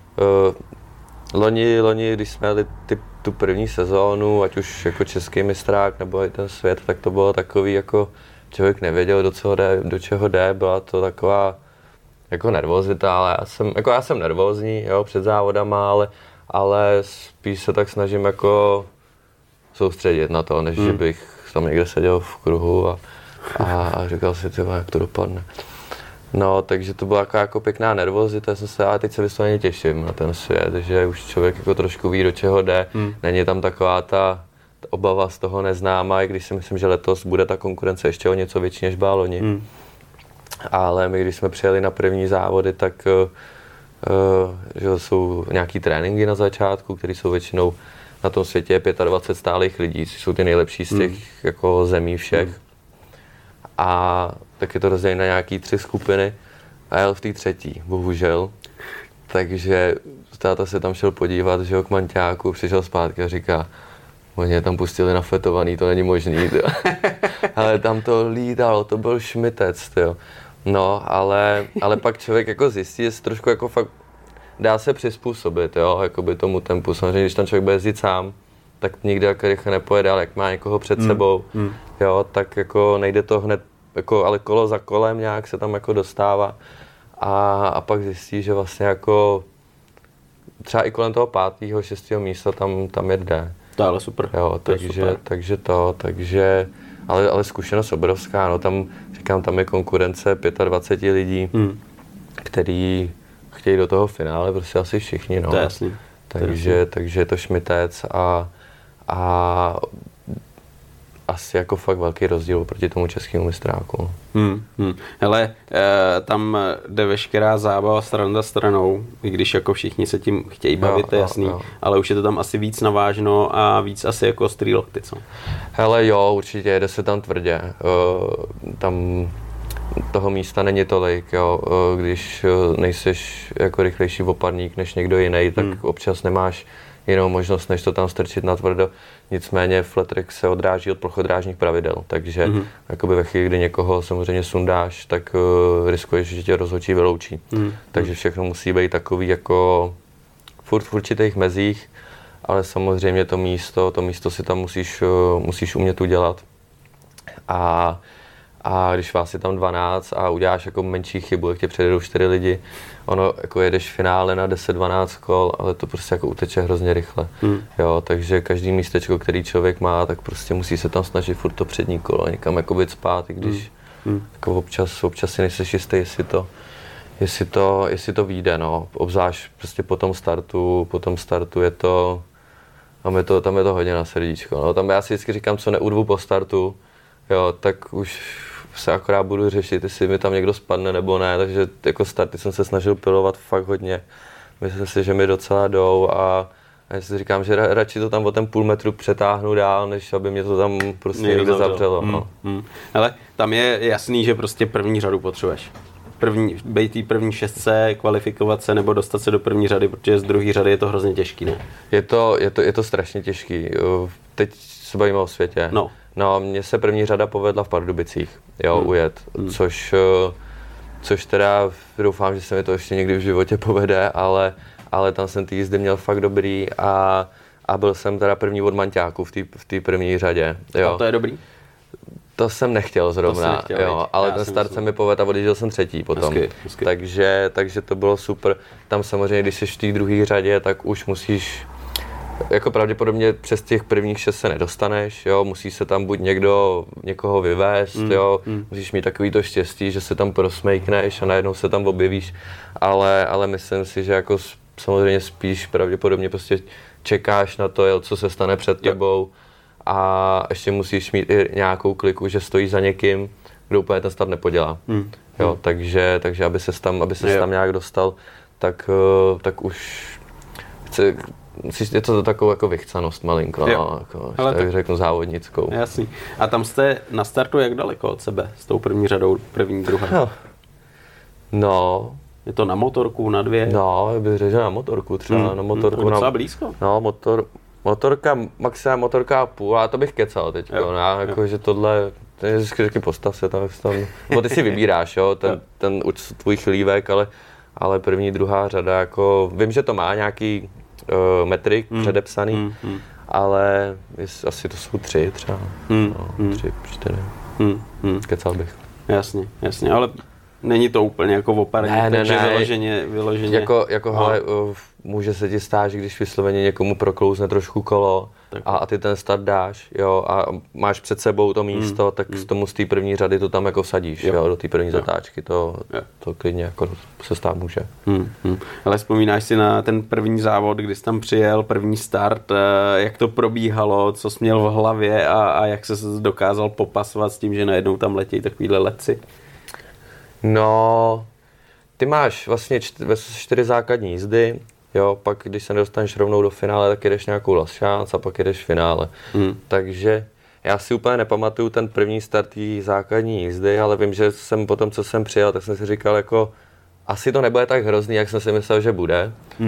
[SPEAKER 2] loni, když jsme jeli tu první sezónu, ať už jako český mistrák nebo i ten svět, tak to bylo takový, jako člověk nevěděl, do čeho jde, byla to taková jako nervozita, ale já jsem nervózní, jo, před závodama, ale spíš se tak snažím jako soustředit na to, než že bych tam někde seděl v kruhu a říkal si, jak to dopadne. No, takže to byla jako pěkná nervozita, ale teď se vysloveně těším na ten svět, že už člověk jako trošku ví, do čeho jde. Není tam taková ta obava z toho neznáma, i když si myslím, že letos bude ta konkurence ještě o něco větší než byla loni. Ale my, když jsme přijeli na první závody, tak že jsou nějaký tréninky na začátku, které jsou většinou na tom světě 25 stálých lidí, což jsou ty nejlepší z těch jako zemí všech. A tak je to rozdělené na nějaký 3 skupiny a jel v té třetí, bohužel. Takže táta se tam šel podívat, že jo, k Manťáku, přišel zpátky a říká, oni je tam pustili nafetovaný, to není možný, ale tam to lítalo, to byl šmitec, jo. No, ale pak člověk jako zjistí, že se trošku jako fakt dá se přizpůsobit, jo, jakoby tomu tempu. Samozřejmě, když tam člověk bude jezdit sám, tak nikdy jako rychle nepojede, ale jak má někoho před sebou, jo, tak jako nejde to hned, jako, ale kolo za kolem nějak se tam jako dostává a pak zjistí, že vlastně jako třeba i kolem toho 5., 6. místa tam jde.
[SPEAKER 1] To je ale super.
[SPEAKER 2] Jo, takže ale zkušenost obrovská, no tam, říkám, tam je konkurence 25 lidí, který chtějí do toho finále, prostě asi všichni, no.
[SPEAKER 1] To je jasný.
[SPEAKER 2] Takže je to šmitec a asi jako fakt velký rozdíl proti tomu českému mistráku.
[SPEAKER 1] Hele, tam jde veškerá zábava strana stranou, i když jako všichni se tím chtějí bavit, to je jasný, ale už je to tam asi víc navážno a víc asi jako ostrý lokty, co?
[SPEAKER 2] Hele jo, určitě, jede se tam tvrdě. Tam toho místa není tolik, jo. Když nejseš jako rychlejší opadník než někdo jiný, tak občas nemáš jinou možnost, než to tam strčit natvrdo. Nicméně flat track se odráží od plochodrážních pravidel, takže jakoby ve chvíli, kdy někoho samozřejmě sundáš, tak riskuješ, že tě rozhodčí vyloučí. Takže všechno musí být takový jako furt v určitých mezích, ale samozřejmě to místo si tam musíš umět udělat. A když vás je tam 12 a uděláš jako menší chybu, jak tě předjedou 4 lidi, ono jako jedeš v finále na 10-12 kol, ale to prostě jako uteče hrozně rychle. Jo, takže každý místečko, který člověk má, tak prostě musí se tam snažit furt to přední kolo někam jako být spát, i když jako občas si nejseš jistý, jestli to vyjde, no. Obzvlášť prostě po tom startu je to, tam je to hodně na srdíčko, no. Tam já si vždycky říkám, co neurvu po startu, jo, tak už se akorát budu řešit, jestli mi tam někdo spadne nebo ne, takže jako starty jsem se snažil pilovat fakt hodně. Myslím si, že mi docela jdou a já si říkám, že radši to tam o ten půl metru přetáhnu dál, než aby mě to tam prostě někde zavřelo. No.
[SPEAKER 1] Ale tam je jasný, že prostě první řadu potřebuješ. Bejt první šestce, kvalifikovat se nebo dostat se do první řady, protože z druhé řady je to hrozně těžký, ne?
[SPEAKER 2] Je to strašně těžký. Teď se bavíme o světě. No, mně se první řada povedla v Pardubicích, jo, ujet, což teda doufám, že se mi to ještě někdy v životě povede, ale tam jsem ty jízdy měl fakt dobrý a byl jsem teda první od Manťáku v té první řadě, jo.
[SPEAKER 1] A to je dobrý?
[SPEAKER 2] To jsem nechtěl zrovna, jo, ale ten start se mi povedl a odjížděl jsem třetí potom, takže to bylo super. Tam samozřejmě, když jsi v té druhé řadě, tak už musíš, jako pravděpodobně přes těch prvních 6 se nedostaneš, jo, musí se tam buď někoho vyvést, jo, musíš mít takový to štěstí, že se tam prosmejkneš a najednou se tam objevíš, ale myslím si, že jako samozřejmě spíš pravděpodobně prostě čekáš na to, jo, co se stane před tebou a ještě musíš mít i nějakou kliku, že stojíš za někým, kdo úplně ten start nepodělá, jo, takže aby se tam nějak dostal, tak už je to takovou jako vychcanost malinko, no, jako, tak řeknu závodnickou.
[SPEAKER 1] Jasný. A tam jste na startu jak daleko od sebe s tou první řadou, první, druhá?
[SPEAKER 2] No.
[SPEAKER 1] Je to na motorku, na 2?
[SPEAKER 2] No, bych řekl na motorku třeba, na motorku.
[SPEAKER 1] Docela blízko.
[SPEAKER 2] No, motorka, maximálně motorka a půl, ale to bych kecal teď, no, jako, že tohle, vždycky postav se tam, nebo ty si vybíráš, jo, ten tvůj chlívek, ale první, druhá řada, jako, vím, že to má nějaký metrik předepsaný, ale asi to jsou 3 třeba, 3, 4, kecal bych.
[SPEAKER 1] Jasně, ale Není to úplně jako oparní, takže vyloženě.
[SPEAKER 2] Hele, může se ti stát, že když vysloveně někomu proklouzne trošku kolo a ty ten start dáš, jo, a máš před sebou to místo, tak z tomu z té první řady to tam jako vsadíš, jo, do té první zatáčky, to klidně jako se stát může.
[SPEAKER 1] Ale vzpomínáš si na ten první závod, kdy jsi tam přijel, první start, jak to probíhalo, co jsi měl v hlavě a jak se dokázal popasovat s tím, že najednou tam letějí takovýhle letci?
[SPEAKER 2] No, ty máš vlastně 4 základní jízdy, jo, pak když se nedostaneš rovnou do finále, tak jedeš nějakou last chance a pak jedeš v finále. Takže já si úplně nepamatuju ten první start té základní jízdy, ale vím, že jsem potom, co jsem přijel, tak jsem si říkal jako, asi to nebude tak hrozný, jak jsem si myslel, že bude.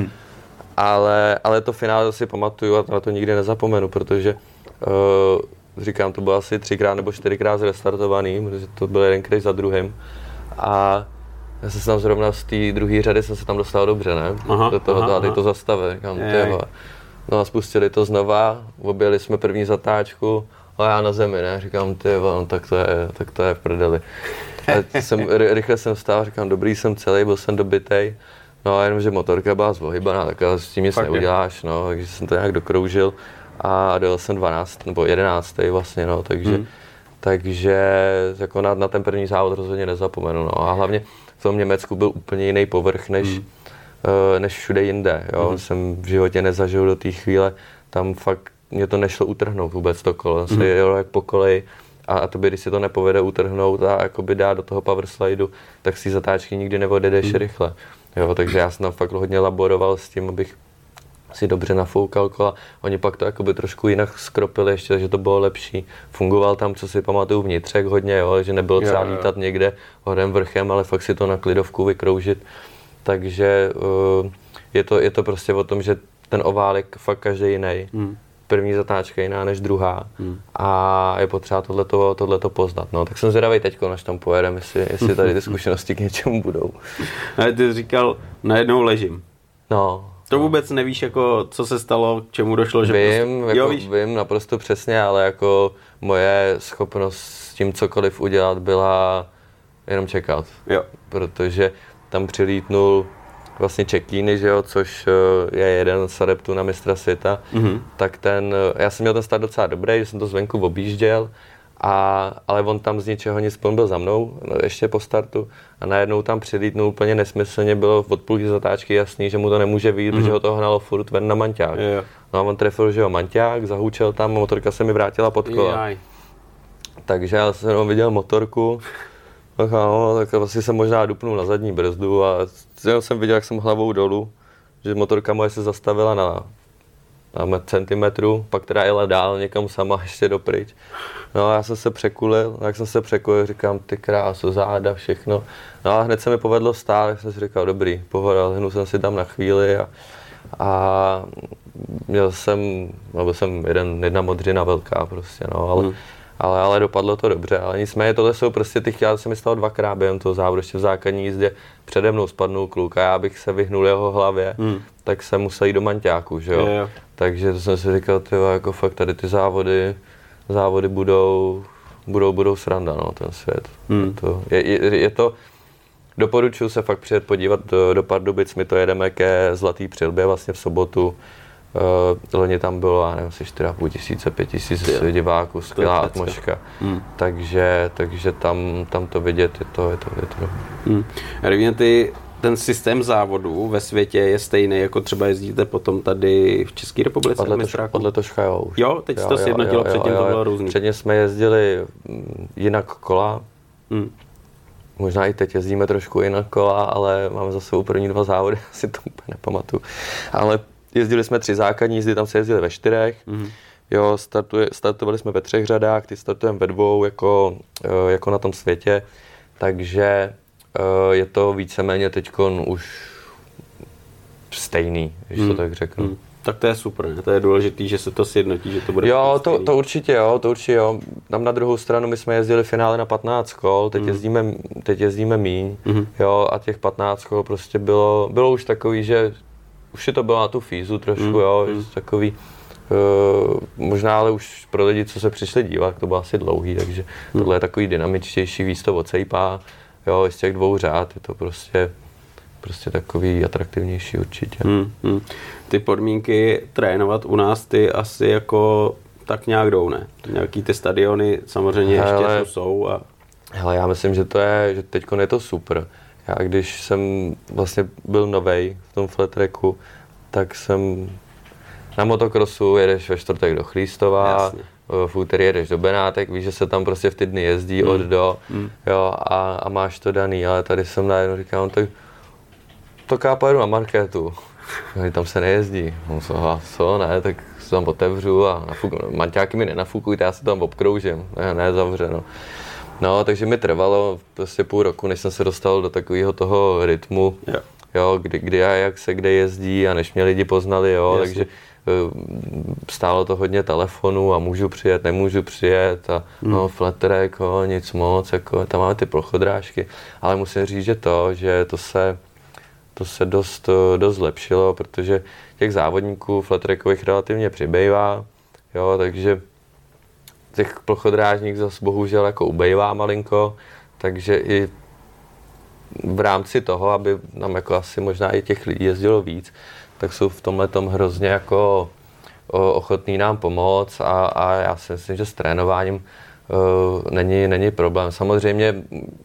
[SPEAKER 2] Ale to finále si pamatuju a na to nikdy nezapomenu, protože říkám, to bylo asi 3x nebo 4x zrestartovaný, protože to byl jeden crash za druhým. A já jsem se tam zrovna z té druhé řady jsem se tam dostal dobře, ne? Do toho, teď to zastavil, říkám, no a spustili to znova, objeli jsme první zatáčku a já na zemi, ne? Říkám, no, tak to je v prdeli. Rychle jsem vstál, říkám, dobrý, jsem celý, byl jsem dobitej. No a jenom, že motorka byla zvohybaná, tak s tím nic neuděláš, no, takže jsem to nějak dokroužil a dojel jsem 12 nebo 11. vlastně, no, takže jako na ten první závod rozhodně nezapomenu, no, a hlavně v tom Německu byl úplně jiný povrch než všude jinde, jo, jsem v životě nezažil do té chvíle, tam fakt mě to nešlo utrhnout vůbec to kolo, se jelo jak po koleji a to by, když si to nepovede utrhnout a jakoby dát do toho power slideu, tak si zatáčky nikdy neodjedeš rychle, jo, takže já jsem tam fakt hodně laboroval s tím, abych si dobře nafoukal kola. Oni pak to jakoby trošku jinak skropili ještě, takže to bylo lepší. Fungoval tam, co si pamatuju, vnitřek hodně, jo, že nebylo třeba lítat někde horem vrchem, ale fakt si to na klidovku vykroužit. Takže je to prostě o tom, že ten oválek fakt každý jiný. První zatáčka jiná než druhá a je potřeba tohleto poznat. No, tak jsem zvědavej teďko, než tam pojedem, jestli tady ty zkušenosti k něčemu budou.
[SPEAKER 1] Ale ty jsi říkal, najednou ležím.
[SPEAKER 2] No.
[SPEAKER 1] To vůbec nevíš, jako, co se stalo, k čemu došlo, že
[SPEAKER 2] vím naprosto přesně, ale jako moje schopnost s tím cokoliv udělat byla jenom čekat. Jo. Protože tam přilítnul vlastně Čekíny, že jo, což je jeden z adeptů na mistra světa, tak já jsem měl ten start docela dobrý, že jsem to zvenku objížděl, ale on tam z ničeho nic, on byl za mnou ještě po startu a najednou tam přilítnul úplně nesmyslně, bylo od půlky zatáčky jasný, že mu to nemůže vyjít, protože ho to hnalo furt ven na manťák. No a on trefil, že jo, manťák, zahůčel tam a motorka se mi vrátila pod kola. Takže já jsem jenom viděl motorku, tak vlastně jsem možná dupnul na zadní brzdu a jsem viděl, jak jsem hlavou dolů, že motorka moje se zastavila na centimetru, pak teda jela dál někam sama ještě dopryč. No a já jsem se překulil, říkám, ty krásu, záda, všechno. No a hned se mi povedlo vstát, tak jsem si říkal, dobrý, pohoda, lehnul jsem si tam na chvíli a byl jsem jedna modřina velká prostě, no, ale dopadlo to dobře, ale nicméně tohle jsou prostě já jsem myslel 2krát během toho závodu, ještě v základní jízdě přede mnou spadnul kluk a já bych se vyhnul jeho hlavě, tak jsem musel jít do manťáku, že jo. Takže to jsem si říkal, tyjo, jako fakt tady ty závody budou sranda, no, ten svět. Je to, doporučuji se fakt přijet podívat do Pardubic, my to jedeme ke Zlatý přilbě vlastně v sobotu. Loni tam bylo, já nevím, asi 4,5 tisíce, 5 tisíc diváků, skvělá atmosféra. Takže tam to vidět, je to.
[SPEAKER 1] Ten systém závodů ve světě je stejný, jako třeba jezdíte potom tady v České republice?
[SPEAKER 2] Od letoška jo. Už.
[SPEAKER 1] Jo, teď to sjednotilo, předtím to bylo různý.
[SPEAKER 2] Předtím jsme jezdili jinak kola. Možná i teď jezdíme trošku jinak kola, ale máme za sebou první 2 závody, asi to úplně nepamatuju. Ale jezdili jsme 3 základní jízdy, tam se jezdili ve 4. Jo, startovali jsme ve 3 řadách, ty startujeme ve 2, jako na tom světě. Takže je to víceméně teďkon už stejný, když to tak řeknu.
[SPEAKER 1] Tak to je super, ne? To je důležitý, že se to sjednotí, že to bude.
[SPEAKER 2] Jo, to určitě jo. Tam na druhou stranu my jsme jezdili finále na 15 kol, teď jezdíme míň, jo, a těch 15 kol prostě bylo už takový, že už je to bylo na tu fízu trošku, jo, takový, možná ale už pro lidi, co se přišli dívat, to bylo asi dlouhý, takže tohle je takový dynamičtější, víc to odsejpá, jo, z těch 2 řád je to prostě takový atraktivnější určitě.
[SPEAKER 1] Ty podmínky trénovat u nás ty asi jako tak nějak jdou, ne? Nějaký ty stadiony samozřejmě ještě jsou a...
[SPEAKER 2] Hele, já myslím, že teďko je to super. Já když jsem vlastně byl novej v tom flat tracku, tak jsem na motokrosu jedeš ve čtvrtek do Chlístova, v úterý jedeš do Benátek, víš, že se tam prostě v ty dny jezdí od do, jo, a máš to daný, ale tady jsem najednou říkal, tak já pojedu na marketu, tam se nejezdí, co, ne, tak se tam otevřu a manťáky mi nenafukujte, já se tam obkroužím, ne zavřeno. No, takže mi trvalo prostě půl roku, než jsem se dostal do takového toho rytmu, jo, kdy a jak se kde jezdí a než mě lidi poznali, jo, takže stálo to hodně telefonů a můžu přijet, nemůžu přijet a no, flat track, nic moc, jako, tam máme ty plochodrážky, ale musím říct, že to se dost zlepšilo, protože těch závodníků flat trackových relativně přibývá, jo, takže těch plochodrážních zase bohužel jako ubejvá malinko, takže i v rámci toho, aby nám jako asi možná i těch lidí jezdilo víc, tak jsou v tomhletom hrozně jako ochotní nám pomoct a já si myslím, že s trénováním není problém. Samozřejmě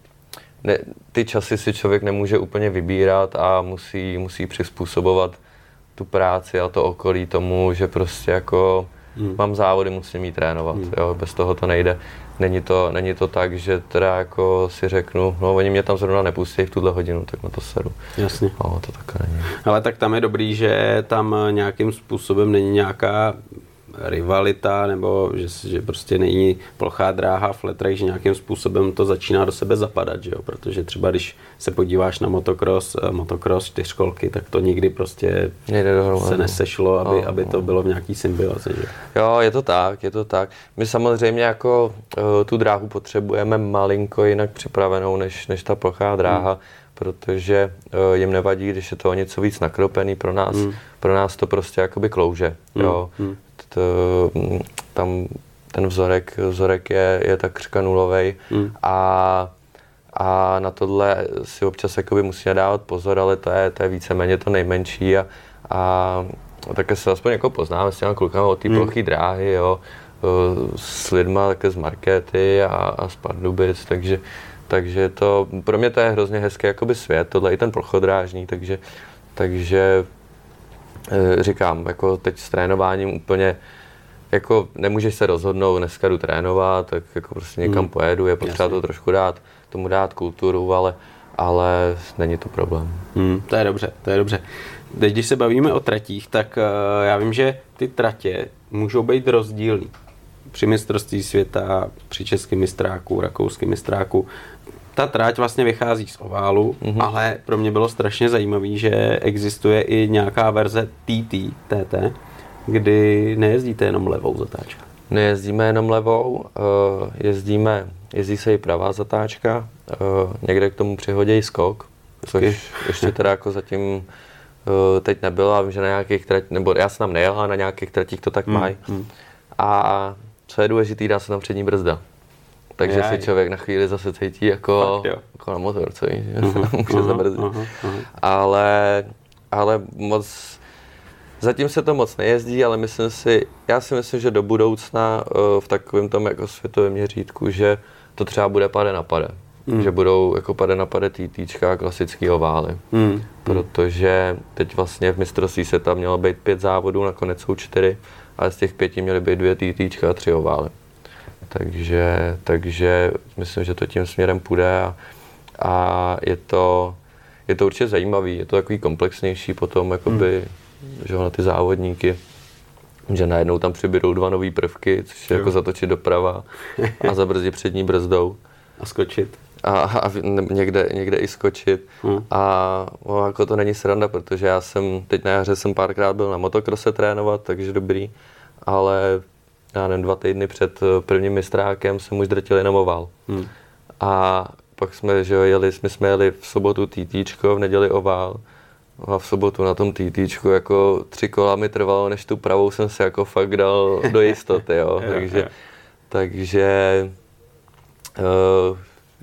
[SPEAKER 2] ty časy si člověk nemůže úplně vybírat a musí přizpůsobovat tu práci a to okolí tomu, že prostě jako mám závody, musím jít trénovat, jo, bez toho to nejde. Není to tak, že teda jako si řeknu, no oni mě tam zrovna nepustí v tuhle hodinu, tak na to sedu.
[SPEAKER 1] Jasně.
[SPEAKER 2] No, to také není.
[SPEAKER 1] Ale tak tam je dobrý, že tam nějakým způsobem není nějaká rivalita, nebo že prostě není plochá dráha, flat track, že nějakým způsobem to začíná do sebe zapadat, že jo? Protože třeba když se podíváš na motocross 4kolky, tak to nikdy prostě se nesešlo, aby to bylo v nějaký symbioze, že?
[SPEAKER 2] Jo, je to tak. My samozřejmě jako tu dráhu potřebujeme malinko jinak připravenou než ta plochá dráha, protože jim nevadí, když je to o něco víc nakropený pro nás to prostě jakoby klouže, jo. Tam ten vzorek je takřka nulovej a na tohle si občas jakoby musíme dávat pozor, ale to je víceméně to nejmenší a také se aspoň jako poznáme s těma klukama od té plochý dráhy, jo, s lidma také z Markéty a z Pardubic, takže to, pro mě to je hrozně hezký jakoby svět, tohle i ten plochodrážní, takže říkám, jako teď s trénováním úplně, jako nemůžeš se rozhodnout, dneska jdu trénovat, tak jako prostě někam pojedu, je potřeba to trošku tomu dát kulturu, ale není to problém.
[SPEAKER 1] To je dobře. Teď, když se bavíme o tratích, tak já vím, že ty tratě můžou být rozdílný. Při mistrovství světa, při českém mistráku, rakouském mistráku. Ta trať vlastně vychází z oválu, ale pro mě bylo strašně zajímavé, že existuje i nějaká verze TT, kdy nejezdíte jenom levou zatáčku.
[SPEAKER 2] Nejezdíme jenom levou, jezdí se i pravá zatáčka, někde k tomu přihodějí skok, což ještě teda jako zatím teď nebylo, a vím, že na nějakých tratích, nebo já jsem tam nejel, ale na nějakých tratích to tak mají. A co je důležitý, dá se tam přední brzda. Takže si člověk na chvíli zase cítí jako na motor, co může zabrzdit. Ale moc, zatím se to moc nejezdí, ale já si myslím, že do budoucna v takovém tom jako světovém měřítku, že to třeba bude pade na pade. Že budou jako pade na pade TTčka, klasický ovály. Protože teď vlastně v mistrovství se tam mělo být 5 závodů, nakonec jsou 4, ale z těch 5 měly být 2 TTčka a 3 ovály. Takže myslím, že to tím směrem půjde a je to určitě zajímavý, je to takový komplexnější potom jakoby, že na ty závodníky, že najednou tam přibydou 2 nový prvky, což je jako zatočit doprava a zabrzdit přední brzdou.
[SPEAKER 1] A skočit.
[SPEAKER 2] A někde i skočit. A jako to není sranda, protože já jsem teď na jaře párkrát byl na motokrose trénovat, takže dobrý, ale já nevím, 2 týdny před prvním mistrákem jsem už drtil jenom oval. A pak jsme jeli v sobotu TTčko, v neděli oval. A v sobotu na tom TTčku jako 3 kola mi trvalo, než tu pravou jsem se jako fakt dal do jistoty, jo. Takže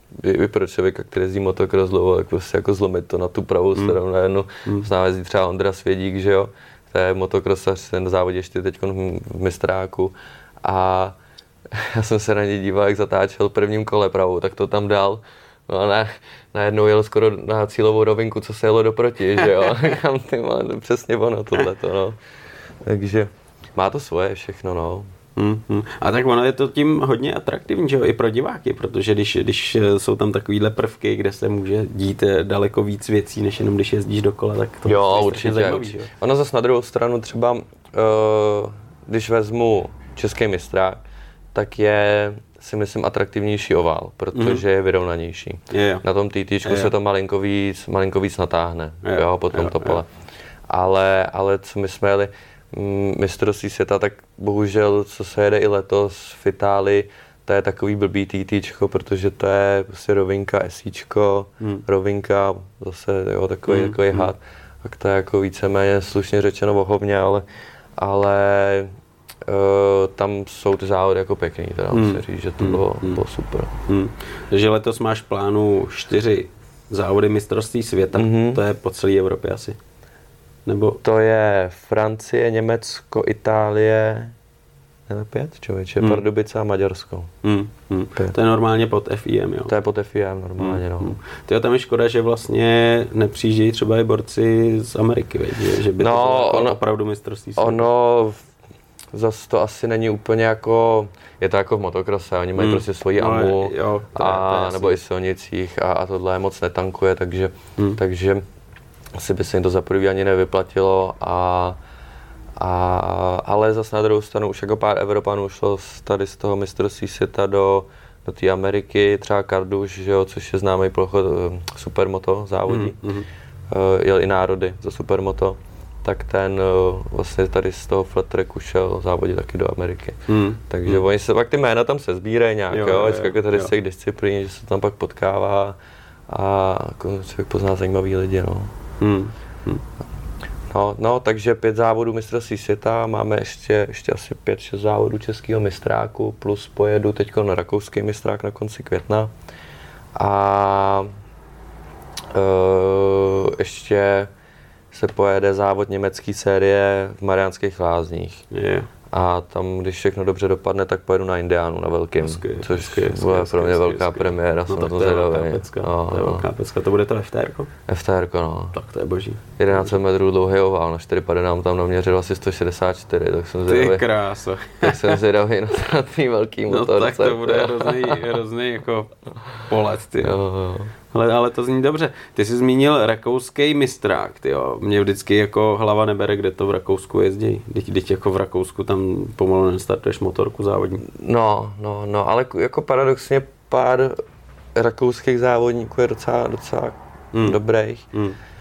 [SPEAKER 2] i pro člověka, který jezdí motocross dlouho, tak prostě jako zlomit to na tu pravou stranu na jednu. S námi jezdí třeba Ondra Svědík, že jo, to je motocrossař, ten závodí ještě teď v mistráku a já jsem se na něj díval, jak zatáčel prvním kole pravou, tak to tam dal. No a najednou jel skoro na cílovou rovinku, co se jelo doproti, že jo. Ty má přesně ono tohleto, no. Takže má to svoje všechno, no.
[SPEAKER 1] A tak ono je to tím hodně atraktivní, že jo, i pro diváky, protože když jsou tam takovýhle prvky, kde se může dít daleko víc věcí, než jenom když jezdíš dokola, tak to
[SPEAKER 2] jo,
[SPEAKER 1] je
[SPEAKER 2] určitě
[SPEAKER 1] zajímavý, že jo.
[SPEAKER 2] Ono zase na druhou stranu třeba, když vezmu český mistrák, tak je, si myslím, atraktivnější ovál, protože je vyrovnanější. Na tom TTčku se to malinko víc natáhne, jo, potom to pole. Ale co my jsme jeli, mistrovství světa, tak bohužel, co se jede i letos v Itálii, to je takový blbý TTčko, protože to je prostě rovinka, SIčko, rovinka, zase jo, takový had. Tak to je jako víceméně slušně řečeno vohovně, ale tam jsou ty závody jako pěkný, teda musím říct, že to bylo super.
[SPEAKER 1] Takže letos máš v plánu 4 závody mistrovství světa, to je po celé Evropě asi. Nebo?
[SPEAKER 2] To je Francie, Německo, Itálie, nebo 5 člověče, Pardubice a Maďarsko.
[SPEAKER 1] To je normálně pod FIM, jo?
[SPEAKER 2] To je pod FIM normálně, no.
[SPEAKER 1] Tyjo, tam je škoda, že vlastně nepřijíždějí třeba i borci z Ameriky, že by to bylo opravdu mistrovství světa.
[SPEAKER 2] Ono zase to asi není úplně jako, je to jako v motokrose, oni mají prostě svoji amu, nebo i silnicích a tohle je moc netankuje, takže asi by se jim to za prvý ani nevyplatilo, ale zase na druhou stranu už jako pár Evropanů šlo tady z toho mistrovství světa do té Ameriky, třeba Karduš, že jo, což je známý plocho supermoto závodí, jel i národy za supermoto, tak ten vlastně tady z toho flat tracku šel závodit taky do Ameriky. Takže oni se pak ty jména tam se sbírají nějak, jo, tady z těch disciplín, že se tam pak potkává a jako člověk pozná zajímavý lidi, no. No, takže 5 závodů mistrovství světa, máme ještě asi 5-6 závodů českého mistráku, plus pojedu teď na rakouský mistrák na konci května. A ještě se pojede závod německé série v Mariánských Lázních. A tam, když všechno dobře dopadne, tak pojedu na Indiánu, na velkým, což bude pro mě velká premiéra.
[SPEAKER 1] No tak to je velká pecka, velká pecka. To bude to FTR-ko?
[SPEAKER 2] FTR-ko, no.
[SPEAKER 1] Tak to je boží.
[SPEAKER 2] 11 metrů dlouhý ovál, na 4 nám tam naměřil asi 164, tak jsem zvědavý.
[SPEAKER 1] Ty kráso.
[SPEAKER 2] Tak jsem zvědavý na tvý velký motor.
[SPEAKER 1] No tak to bude hrozný jako polet, ty.
[SPEAKER 2] Jo.
[SPEAKER 1] Ale to zní dobře. Ty jsi zmínil rakouský mistrák, tyjo. Mě vždycky jako hlava nebere, kde to v Rakousku jezdí. Teď jako v Rakousku tam pomalu nestartuješ motorku závodní.
[SPEAKER 2] No, ale jako paradoxně pár rakouských závodníků je docela dobrých.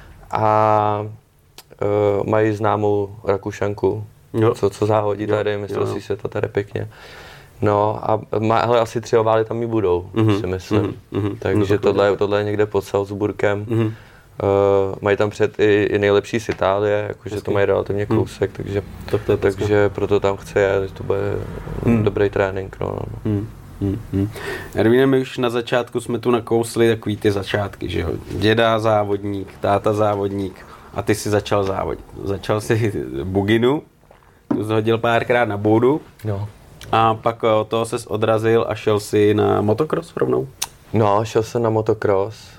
[SPEAKER 2] A mají známou Rakušanku, co závodí tady, mistrovství světa tady pěkně. No a hele, asi 3 ovály tam i budou, si myslím. Takže tohle je někde pod Salzburgem. Mají tam před i nejlepší z Itálie, jakože to mají relativně kousek, takže proto tam chci jet, to bude dobrý trénink. No.
[SPEAKER 1] Ervíne, my už na začátku jsme tu nakousli takový ty začátky, že jo? Děda závodník, táta závodník a ty si začal závodit. Začal si buginu, tu zhodil párkrát na boudu.
[SPEAKER 2] No.
[SPEAKER 1] A pak od toho ses odrazil a šel si na motocross rovnou?
[SPEAKER 2] No, šel jsem na motocross.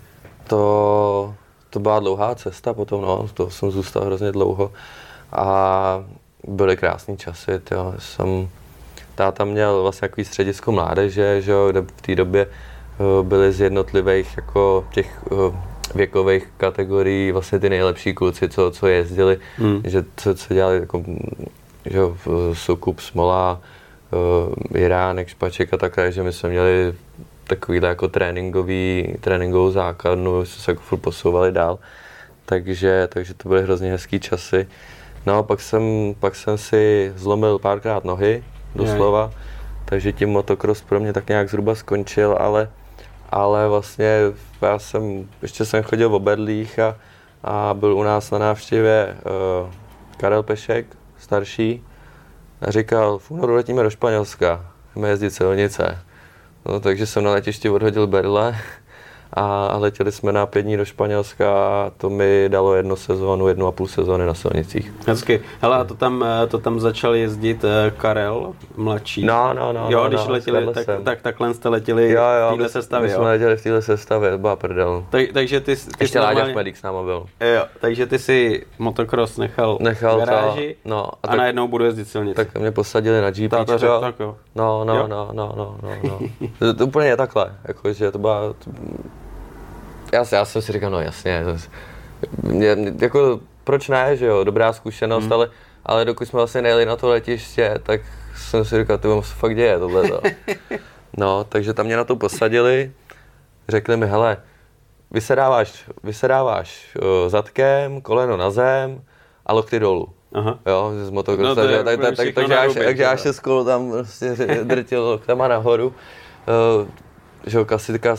[SPEAKER 2] To byla dlouhá cesta potom, no, to jsem zůstal hrozně dlouho. A byly krásný časy, jo. Táta měl vlastně takový středisko mládeže, že jo, kde v té době byly z jednotlivých jako těch věkových kategorií vlastně ty nejlepší kluci, co jezdili, že co dělali jako, že jo, Soukup, Smola, Jiránek, Špaček a takhle, že my jsme měli takovýhle jako tréninkovou základnu, jsme se jako furt posouvali dál, takže to byly hrozně hezký časy. No a pak jsem si zlomil párkrát nohy, doslova, takže tím motocross pro mě tak nějak zhruba skončil, ale vlastně ještě jsem chodil v Oberlích a byl u nás na návštěvě Karel Pešek, starší, a říkal, v únoru letíme do Španělska, jdeme jezdit silnice. No, takže jsem na letišti odhodil berle a letěli jsme na 5 dní do Španělska a to mi dalo 1,5 sezóny na silnicích.
[SPEAKER 1] Hezky. Hele, a to tam začal jezdit Karel mladší.
[SPEAKER 2] No.
[SPEAKER 1] Jo, když letěli, takhle jste letěli v téhle sestavě,
[SPEAKER 2] jo? My jsme letěli v téhle sestavě, to byla prdel.
[SPEAKER 1] Takže ty
[SPEAKER 2] ještě Láďa Medík s náma byl.
[SPEAKER 1] Jo, takže ty si motocross nechal v garáži a najednou budu jezdit silnici.
[SPEAKER 2] Tak mě posadili na GPčko.
[SPEAKER 1] Tak jo.
[SPEAKER 2] No. To úplně je takhle, jakože to byla... Já jsem si říkal, no jasně, jako proč ne, že jo, dobrá zkušenost, ale dokud jsme vlastně nejeli na to letiště, tak jsem si říkal, ty se fakt děje tohleto. No, takže tam mě na to posadili, řekli mi, hele, vysedáváš zadkem, koleno na zem a lokty dolů. Aha. Jo, z motocrossu, takže až se skolo tam prostě drtil loktama nahoru. Že klasická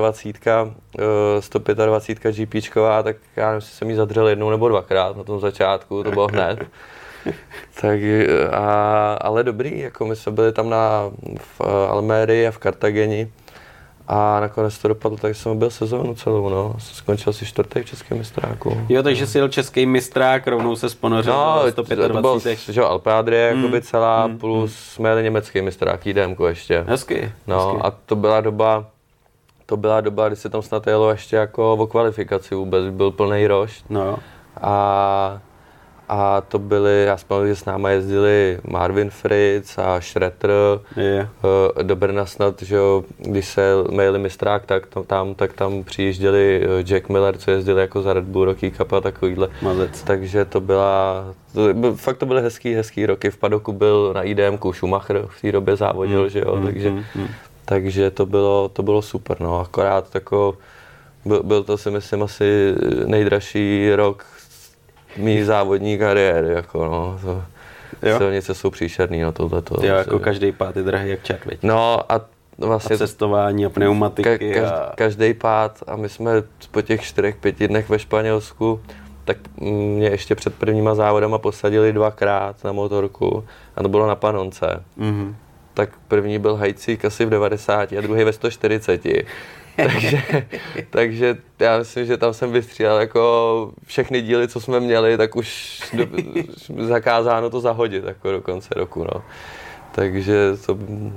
[SPEAKER 2] 125 GPčková, tak já nevím, jestli jsem jí zadřel 1 nebo 2krát na tom začátku, to bylo hned. Ale dobrý, jako my jsme byli tam v Almérii a v Kartageni a nakonec to dopadlo, tak jsem byl sezónu celou, no. Skončil si 4. v českém mistráku.
[SPEAKER 1] Jo, takže jsi jel český mistrák, rovnou se ponořil do 125.
[SPEAKER 2] To bylo, že Alpe Adrie jakoby celá, plus jsme jeli německý mistrák, IDMko ještě.
[SPEAKER 1] Hezky.
[SPEAKER 2] No a to byla doba, kdy se tam snad jelo ještě jako o kvalifikaci vůbec, byl plný rošt.
[SPEAKER 1] No jo.
[SPEAKER 2] A to byly, já vzpomínám, že s náma jezdili Marvin Fritz a Schroeter, do Brna snad, že jo, když se jeli mistrák, tak tam přijížděli Jack Miller, co jezdili jako za Red Bull Rocky Cup a takovýhle.
[SPEAKER 1] Mazec.
[SPEAKER 2] Takže fakt to byly hezký roky. V padoku byl na IDMku Schumacher, v té době závodil, že jo, takže to bylo super, no, akorát tako, byl to si myslím asi nejdražší rok mý závodní kariéry, jako no, silnice jsou příšerný, no tohleto.
[SPEAKER 1] Jo, jako každý pád je drahý jak čak, veď.
[SPEAKER 2] No a vlastně...
[SPEAKER 1] A cestování a pneumatiky
[SPEAKER 2] Každý pád a my jsme po těch 4-5 dnech ve Španělsku, tak mě ještě před prvníma závodama posadili 2krát na motorku a to bylo na Panonce. Mm-hmm. Tak první byl hajcík asi v 90 a druhý ve 140. takže já myslím, že tam jsem vystřílel jako všechny díly, co jsme měli, tak už zakázáno to zahodit jako do konce roku, no. Takže to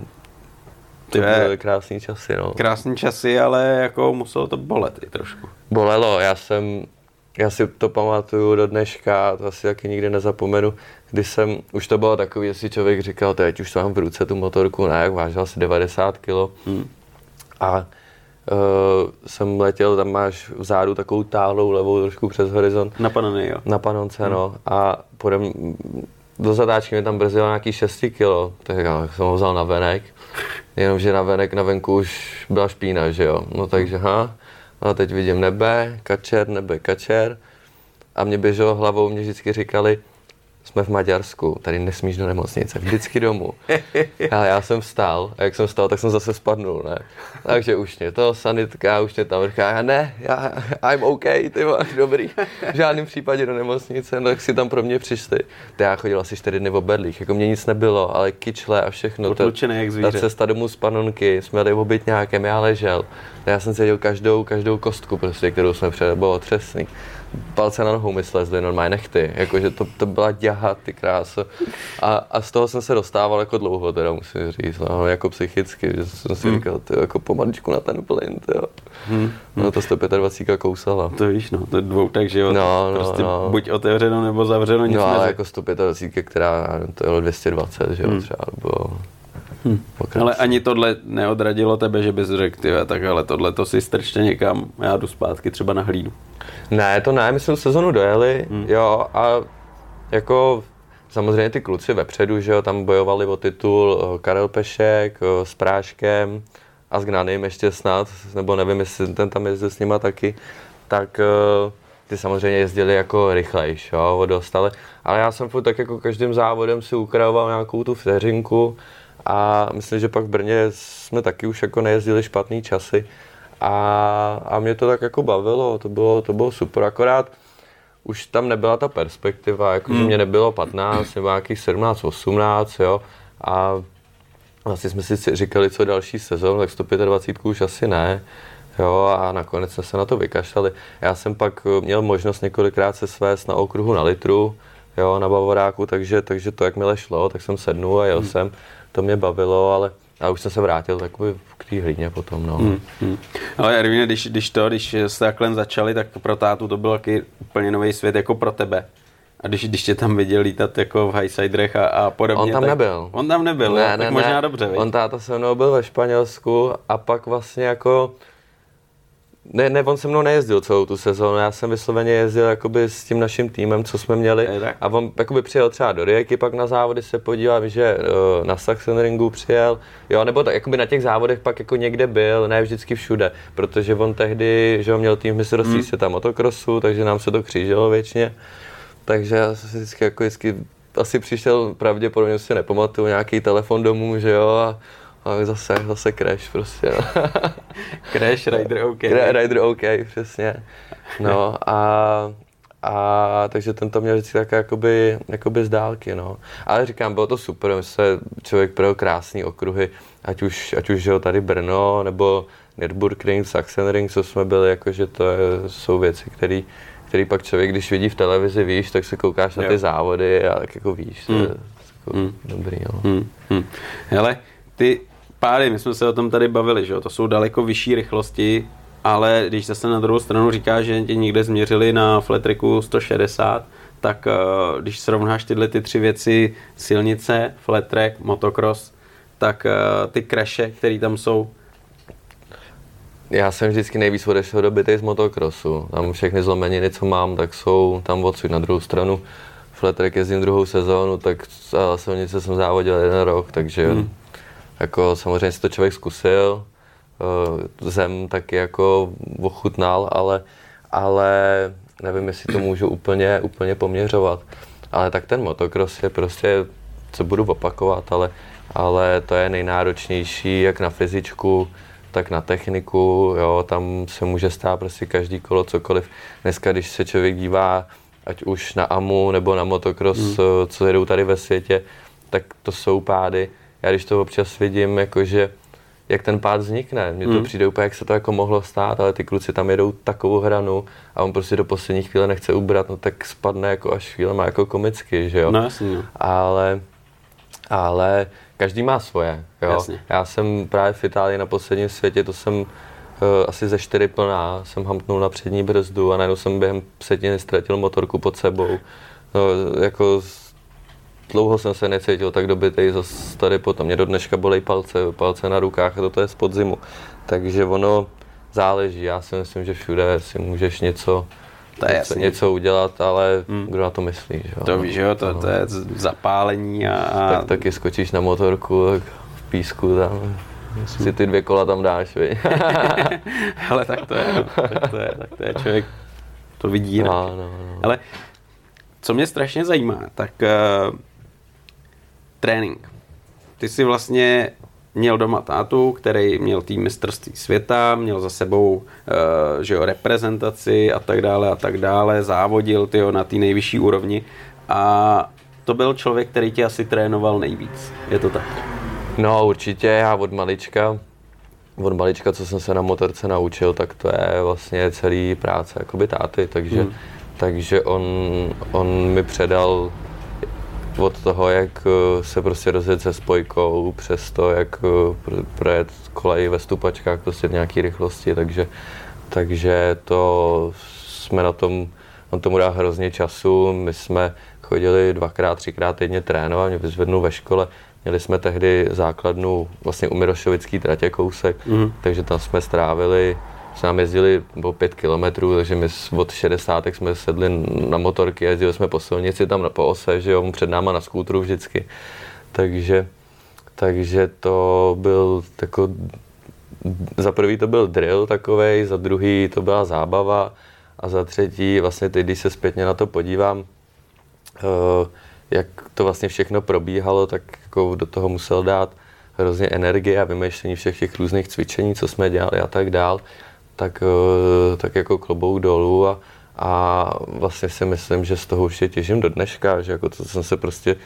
[SPEAKER 2] byly krásný časy, no. Krásný
[SPEAKER 1] časy, ale jako muselo to bolet i trošku.
[SPEAKER 2] Bolelo, já si to pamatuju do dneška, to asi taky nikdy nezapomenu, když už to bylo takový, že si člověk říkal, teď už mám v ruce tu motorku, ne, jak vážil asi 90 kg. A jsem letěl, tam máš vzadu takovou táhlou levou trošku přes horizont.
[SPEAKER 1] Na Panony, jo.
[SPEAKER 2] Na Panonce, no. A do zatáčky mi tam brzdilo nějaký 6 kg, tak já jsem ho vzal na venek, jenomže na venku už byla špína, že jo. No takže a teď vidím nebe, kačer a mě běželo hlavou, mě vždycky říkali, jsme v Maďarsku, tady nesmíš do nemocnice, vždycky domů. Ale já jsem vstal a jak jsem vstal, tak jsem zase spadnul, ne. Takže už mě to sanitka, už mě tam říká, I'm okay, ty dobrý, v žádném případě do nemocnice, no tak si tam pro mě přišli. Já chodil asi 4 dny v Berlích, jako mě nic nebylo, ale kyčle a všechno.
[SPEAKER 1] Odlučený jak zvíře.
[SPEAKER 2] Ta cesta domů z Panonky, jsme jeli v obytňákem, já ležel. Já jsem cítil každou kostku prostě, kterou jsme bylo otřesný. Palce na nohou mi slezly, normálně nechty, jakože to byla děha, ty kráso. A z toho jsem se dostával jako dlouho, teda musím říct, no, jako psychicky, že jsem si říkal, ty jako pomaličku na ten plyn, jo. No to 125 kousala.
[SPEAKER 1] To víš, no, to je dvoutak, že jo, prostě buď otevřeno nebo zavřeno, nic
[SPEAKER 2] ale jako 125, která, to jelo 220, že jo, třeba, bylo...
[SPEAKER 1] Ale ani tohle neodradilo tebe, že bys řekl, tak ale tohle to si strčte někam, já jdu zpátky třeba na hlínu.
[SPEAKER 2] Ne, to ne, my jsme sezonu dojeli, jo, a jako samozřejmě ty kluci vepředu, že jo, tam bojovali o titul Karel Pešek s Práškem a s Gnanym ještě snad, nebo nevím, jestli ten tam jezdil s nima taky, tak ty samozřejmě jezdili jako rychlejš, jo, dostali, ale já jsem furt tak jako každým závodem si ukrajoval nějakou tu vteřinku. A myslím, že pak v Brně jsme taky už jako nejezdili špatný časy a mě to tak jako bavilo, to bylo super, akorát už tam nebyla ta perspektiva, jakože mě nebylo 15 nebo nějakých 17, 18, jo, vlastně jsme si říkali, co další sezon, tak 125 už asi ne. Jo, a nakonec jsme se na to vykašlali. Já jsem pak měl možnost několikrát se svést na okruhu na litru, jo, na Bavoráku, takže to jakmile šlo, tak jsem sednul a jel jsem. To mě bavilo, ale už jsem se vrátil takový k té hlíně potom, no.
[SPEAKER 1] Ale Ervíne, když jste takhle začali, tak pro tátu to byl taky úplně nový svět jako pro tebe. A když tě tam viděl lítat jako v highsiderech a podobně,
[SPEAKER 2] On tam nebyl.
[SPEAKER 1] On tam nebyl, tak možná dobře,
[SPEAKER 2] On táta se mnou byl ve Španělsku a pak vlastně jako Ne, on se mnou nejezdil celou tu sezónu, já jsem vysloveně jezdil jakoby s tím naším týmem, co jsme měli a on jakoby přijel třeba do Rijeka, pak na závody se podíval, že na Sachsenringu přijel, jo, nebo tak jakoby na těch závodech pak jako někde byl, ne vždycky všude, protože on tehdy, že on měl tým v mistrovství světa motokrosu, takže nám se to křížilo většině, takže já jsem si vždycky asi přišel, pravděpodobně si nepamatuju, nějaký telefon domů, že jo, a zase crash prostě. No.
[SPEAKER 1] Crash, rider OK.
[SPEAKER 2] Rider OK, přesně. No a takže ten to měl vždycky tak jakoby z dálky, no. Ale říkám, bylo to super, člověk projel krásný okruhy, ať už že jo, tady Brno, nebo Nürburgring, Sachsenring, co jsme byli, jakože jsou věci, který pak člověk, když vidí v televizi, víš, tak se koukáš na ty závody a tak jako víš, to je jako dobrý, no.
[SPEAKER 1] Hele, ty pády, my jsme se o tom tady bavili, že jo, to jsou daleko vyšší rychlosti, ale když zase na druhou stranu říká, že tě někde změřili na flat-tracku 160, tak když srovnáš tyhle ty tři věci, silnice, flat-track, motocross, tak ty crashe, které tam jsou.
[SPEAKER 2] Já jsem vždycky nejvíc odešel do bitej z motocrossu. Tam všechny zlomeniny, co mám, tak jsou tam odsud na druhou stranu. Flat-track jezdím druhou sezónu, tak silnice jsem závodil 1 rok, takže jako samozřejmě si to člověk zkusil, zem taky jako ochutnal, ale nevím, jestli to můžu úplně poměřovat. Ale tak ten motocross je prostě, co budu opakovat, ale to je nejnáročnější jak na fyzičku, tak na techniku, jo, tam se může stát prostě každý kolo cokoliv. Dneska, když se člověk dívá, ať už na AMU nebo na motocross, co jedou tady ve světě, tak to jsou pády. Já když to občas vidím, jakože jak ten pád vznikne, mně to přijde úplně, jak se to jako mohlo stát, ale ty kluci tam jedou takovou hranu a on prostě do poslední chvíle nechce ubrat, no tak spadne jako až chvílema jako komicky, že jo.
[SPEAKER 1] No jasně.
[SPEAKER 2] Ale každý má svoje, jo.
[SPEAKER 1] Jasně.
[SPEAKER 2] Já jsem právě v Itálii na posledním světě, to jsem asi ze 4 plná, jsem hamtnul na přední brzdu a najednou jsem během setiny ztratil motorku pod sebou. No, jako dlouho jsem se necítil tak dobitej, zase tady potom mě do dneška bolej palce na rukách a toto je z podzimu. Takže ono záleží, já si myslím, že všude si můžeš něco udělat, ale kdo na to myslí, že jo?
[SPEAKER 1] To víš, jo, to je zapálení a...
[SPEAKER 2] Tak taky skočíš na motorku, tak v písku tam si ty 2 kola tam dáš, viď?
[SPEAKER 1] Ale tak to je, člověk to vidí.
[SPEAKER 2] No.
[SPEAKER 1] Ale co mě strašně zajímá, tak trénink. Ty jsi vlastně měl doma tátu, který měl tým mistrovství světa, měl za sebou že jo, reprezentaci a tak dále, závodil tyjo, na té nejvyšší úrovni a to byl člověk, který tě asi trénoval nejvíc. Je to tak?
[SPEAKER 2] No určitě, já od malička, co jsem se na motorce naučil, tak to je vlastně celý práce jakoby táty, takže on mi předal od toho, jak se prostě rozjet se spojkou, přes to, jak projet koleji ve stupačkách prostě v nějaký rychlosti, takže to jsme on tomu dal hrozně času, my jsme chodili 2x, 3x týdně trénovat, mě vyzvednul ve škole, měli jsme tehdy základnu vlastně u Mirošovický tratě kousek, takže tam jsme strávili, jsme nám jezdili o 5 kilometrů, takže my od 60 jsme sedli na motorky a jezdili jsme po silnici tam po ose, že jo, před náma na skútru vždycky. Takže to byl za prvý to byl drill takovej, za druhý to byla zábava a za třetí vlastně teď, když se zpětně na to podívám, jak to vlastně všechno probíhalo, tak jako do toho musel dát hrozně energie a vymýšlení všech těch různých cvičení, co jsme dělali a tak dál. Tak jako klobouk dolů a vlastně si myslím, že z toho určitě těžím do dneška, že jako to jsem se prostě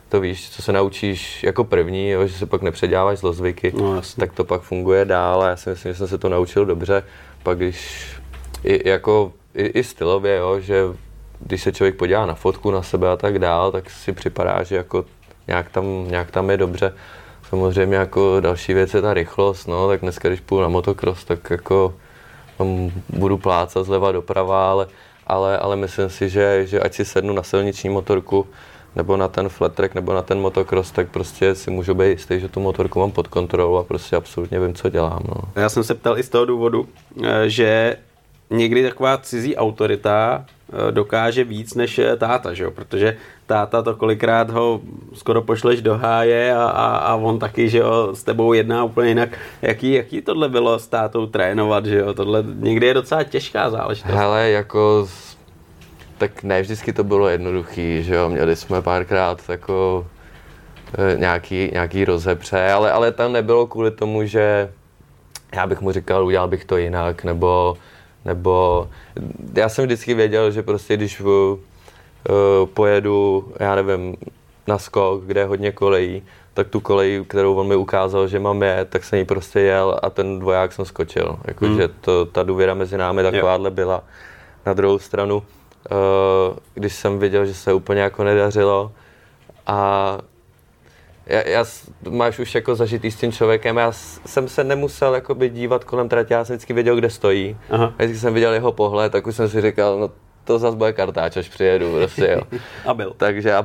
[SPEAKER 2] to víš, co se naučíš jako první, jo, že se pak nepředěláváš zlozvyky,
[SPEAKER 1] No,
[SPEAKER 2] tak to pak funguje dál a já si myslím, že jsem se to naučil dobře. Pak když i stylově, jo, že když se člověk podívá na fotku na sebe a tak dál, tak si připadá, že jako nějak tam je dobře. Samozřejmě jako další věc je ta rychlost, no, tak dneska, když půjdu na motocross, tak jako tam budu plácat zleva doprava, ale myslím si, že ať si sednu na silniční motorku, nebo na ten flat track, nebo na ten motocross, tak prostě si můžu být jistý, že tu motorku mám pod kontrolou a prostě absolutně vím, co dělám. No.
[SPEAKER 1] Já jsem se ptal i z toho důvodu, že někdy taková cizí autorita dokáže víc než táta, že jo? Protože táta to kolikrát ho skoro pošleš do háje a on taky, že jo, s tebou jedná úplně jinak. Jaký tohle bylo s tátou trénovat, že jo? Tohle někdy je docela těžká záležitost.
[SPEAKER 2] Hele, jako tak ne vždycky to bylo jednoduchý, že jo, měli jsme párkrát jako nějaký rozepře, ale tam nebylo kvůli tomu, že já bych mu říkal, udělal bych to jinak, nebo já jsem vždycky věděl, že prostě když pojedu, já nevím, na skok, kde je hodně kolejí, tak tu kolej, kterou on mi ukázal, že mám jet, tak jsem jí prostě jel a ten dvoják jsem skočil. Jakože ta důvěra mezi námi takováhle byla. Na druhou stranu, když jsem viděl, že se úplně jako nedařilo a já máš už jako zažitý s tím člověkem, já jsem se nemusel jakoby dívat kolem tratě, já jsem vždycky věděl, kde stojí. Aha. A vždycky jsem viděl jeho pohled, tak už jsem si říkal, no to zase bude kartáč, až přijedu, prostě jo.
[SPEAKER 1] A byl.
[SPEAKER 2] Takže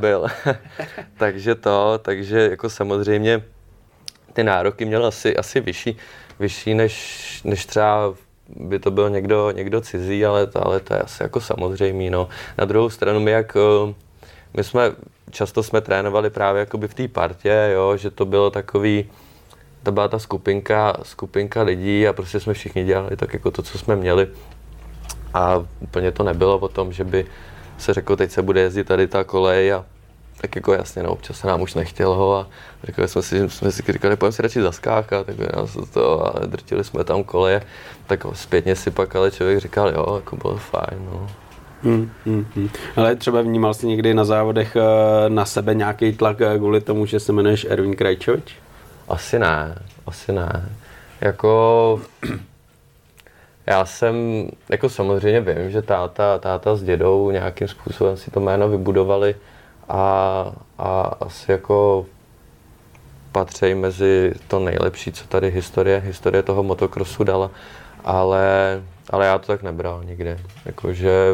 [SPEAKER 2] takže jako samozřejmě ty nároky měl asi vyšší než třeba by to byl někdo cizí, ale to je asi jako samozřejmý, no. Na druhou stranu my často jsme trénovali právě jakoby v té partě, jo, že to bylo to byla ta skupinka lidí a prostě jsme všichni dělali tak jako to, co jsme měli. A úplně to nebylo o tom, že by se řeklo, teď se bude jezdit tady ta kolej a tak jako jasně, no, občas se nám už nechtělo a jsme si říkali, pojďme si radši zaskákat, tak nás to a drtili jsme tam koleje, tak zpětně si pak ale člověk říkal, jo, jako bylo fajn, no.
[SPEAKER 1] Ale třeba vnímal jsi někdy na závodech na sebe nějaký tlak kvůli tomu, že se jmenuješ Erwin Krajčovič?
[SPEAKER 2] Asi ne. Jako já jsem, jako samozřejmě vím, že táta s dědou nějakým způsobem si to jméno vybudovali a asi jako patří mezi to nejlepší, co tady historie toho motocrossu dala, ale já to tak nebral nikdy, jakože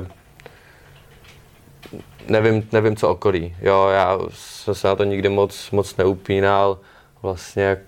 [SPEAKER 2] nevím co okolí, jo, já jsem se na to nikdy moc neupínal, vlastně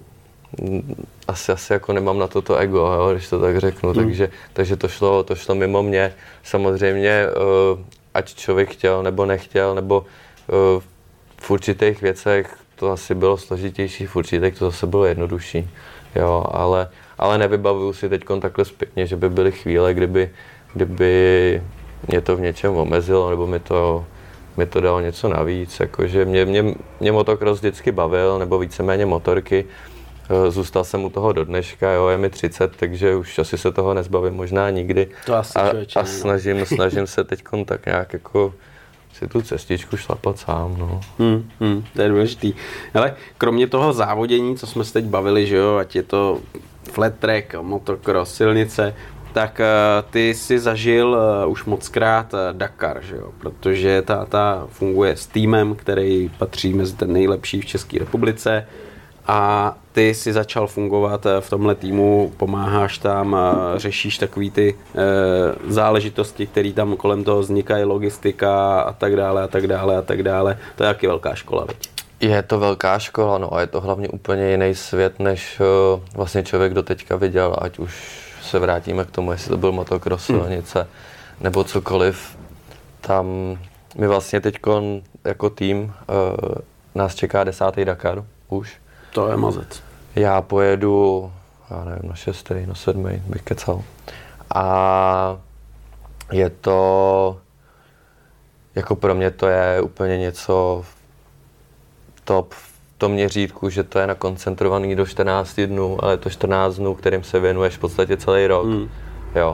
[SPEAKER 2] asi jako nemám na to ego, jo, když to tak řeknu, takže to šlo mimo mě. Samozřejmě, ať člověk chtěl nebo nechtěl, nebo v určitých věcech to asi bylo složitější, v určitých to zase bylo jednodušší, jo, ale nevybavuju si teď takhle zpětně, že by byly chvíle, kdyby mě to v něčem omezilo, nebo mi to dalo něco navíc, jakože mě motocross vždycky bavil, nebo víceméně motorky. Zůstal jsem u toho do dneška, jo, je mi 30, takže už asi se toho nezbavím možná nikdy.
[SPEAKER 1] To asi
[SPEAKER 2] a snažím se teď tak nějak jako si tu cestičku šlapat sám, no.
[SPEAKER 1] To je důležitý. Ale kromě toho závodění, co jsme se teď bavili, že jo, ať je to flat track, motocross, silnice, tak ty jsi zažil už mockrát Dakar, že jo? Protože táta funguje s týmem, který patří mezi ten nejlepší v České republice a ty si začal fungovat v tomhle týmu, pomáháš tam, řešíš takový ty záležitosti, které tam kolem toho vznikají, logistika a tak dále a tak dále a tak dále. To je taky velká škola, veď?
[SPEAKER 2] Je to velká škola, no a je to hlavně úplně jiný svět, než vlastně člověk doteďka viděl, ať už se vrátíme k tomu, jestli to byl motocross, silnice nebo cokoliv. Tam my vlastně teď jako tým nás čeká 10. Dakar už.
[SPEAKER 1] To je mazec.
[SPEAKER 2] Já pojedu, já nevím, na 6., na 7. bych kecal. A je to, jako pro mě to je úplně něco top v tom měřítku, že to je nakoncentrovaný do 14 dnů, ale je to 14 dnů, kterým se věnuješ v podstatě celý rok. Jo.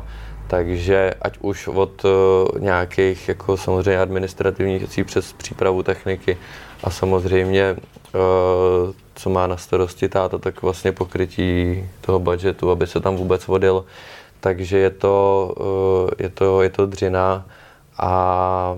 [SPEAKER 2] Takže ať už od nějakých jako samozřejmě administrativních věcí přes přípravu techniky a samozřejmě co má na starosti táta, tak vlastně pokrytí toho budžetu, aby se tam vůbec vodil. Takže je to dřina a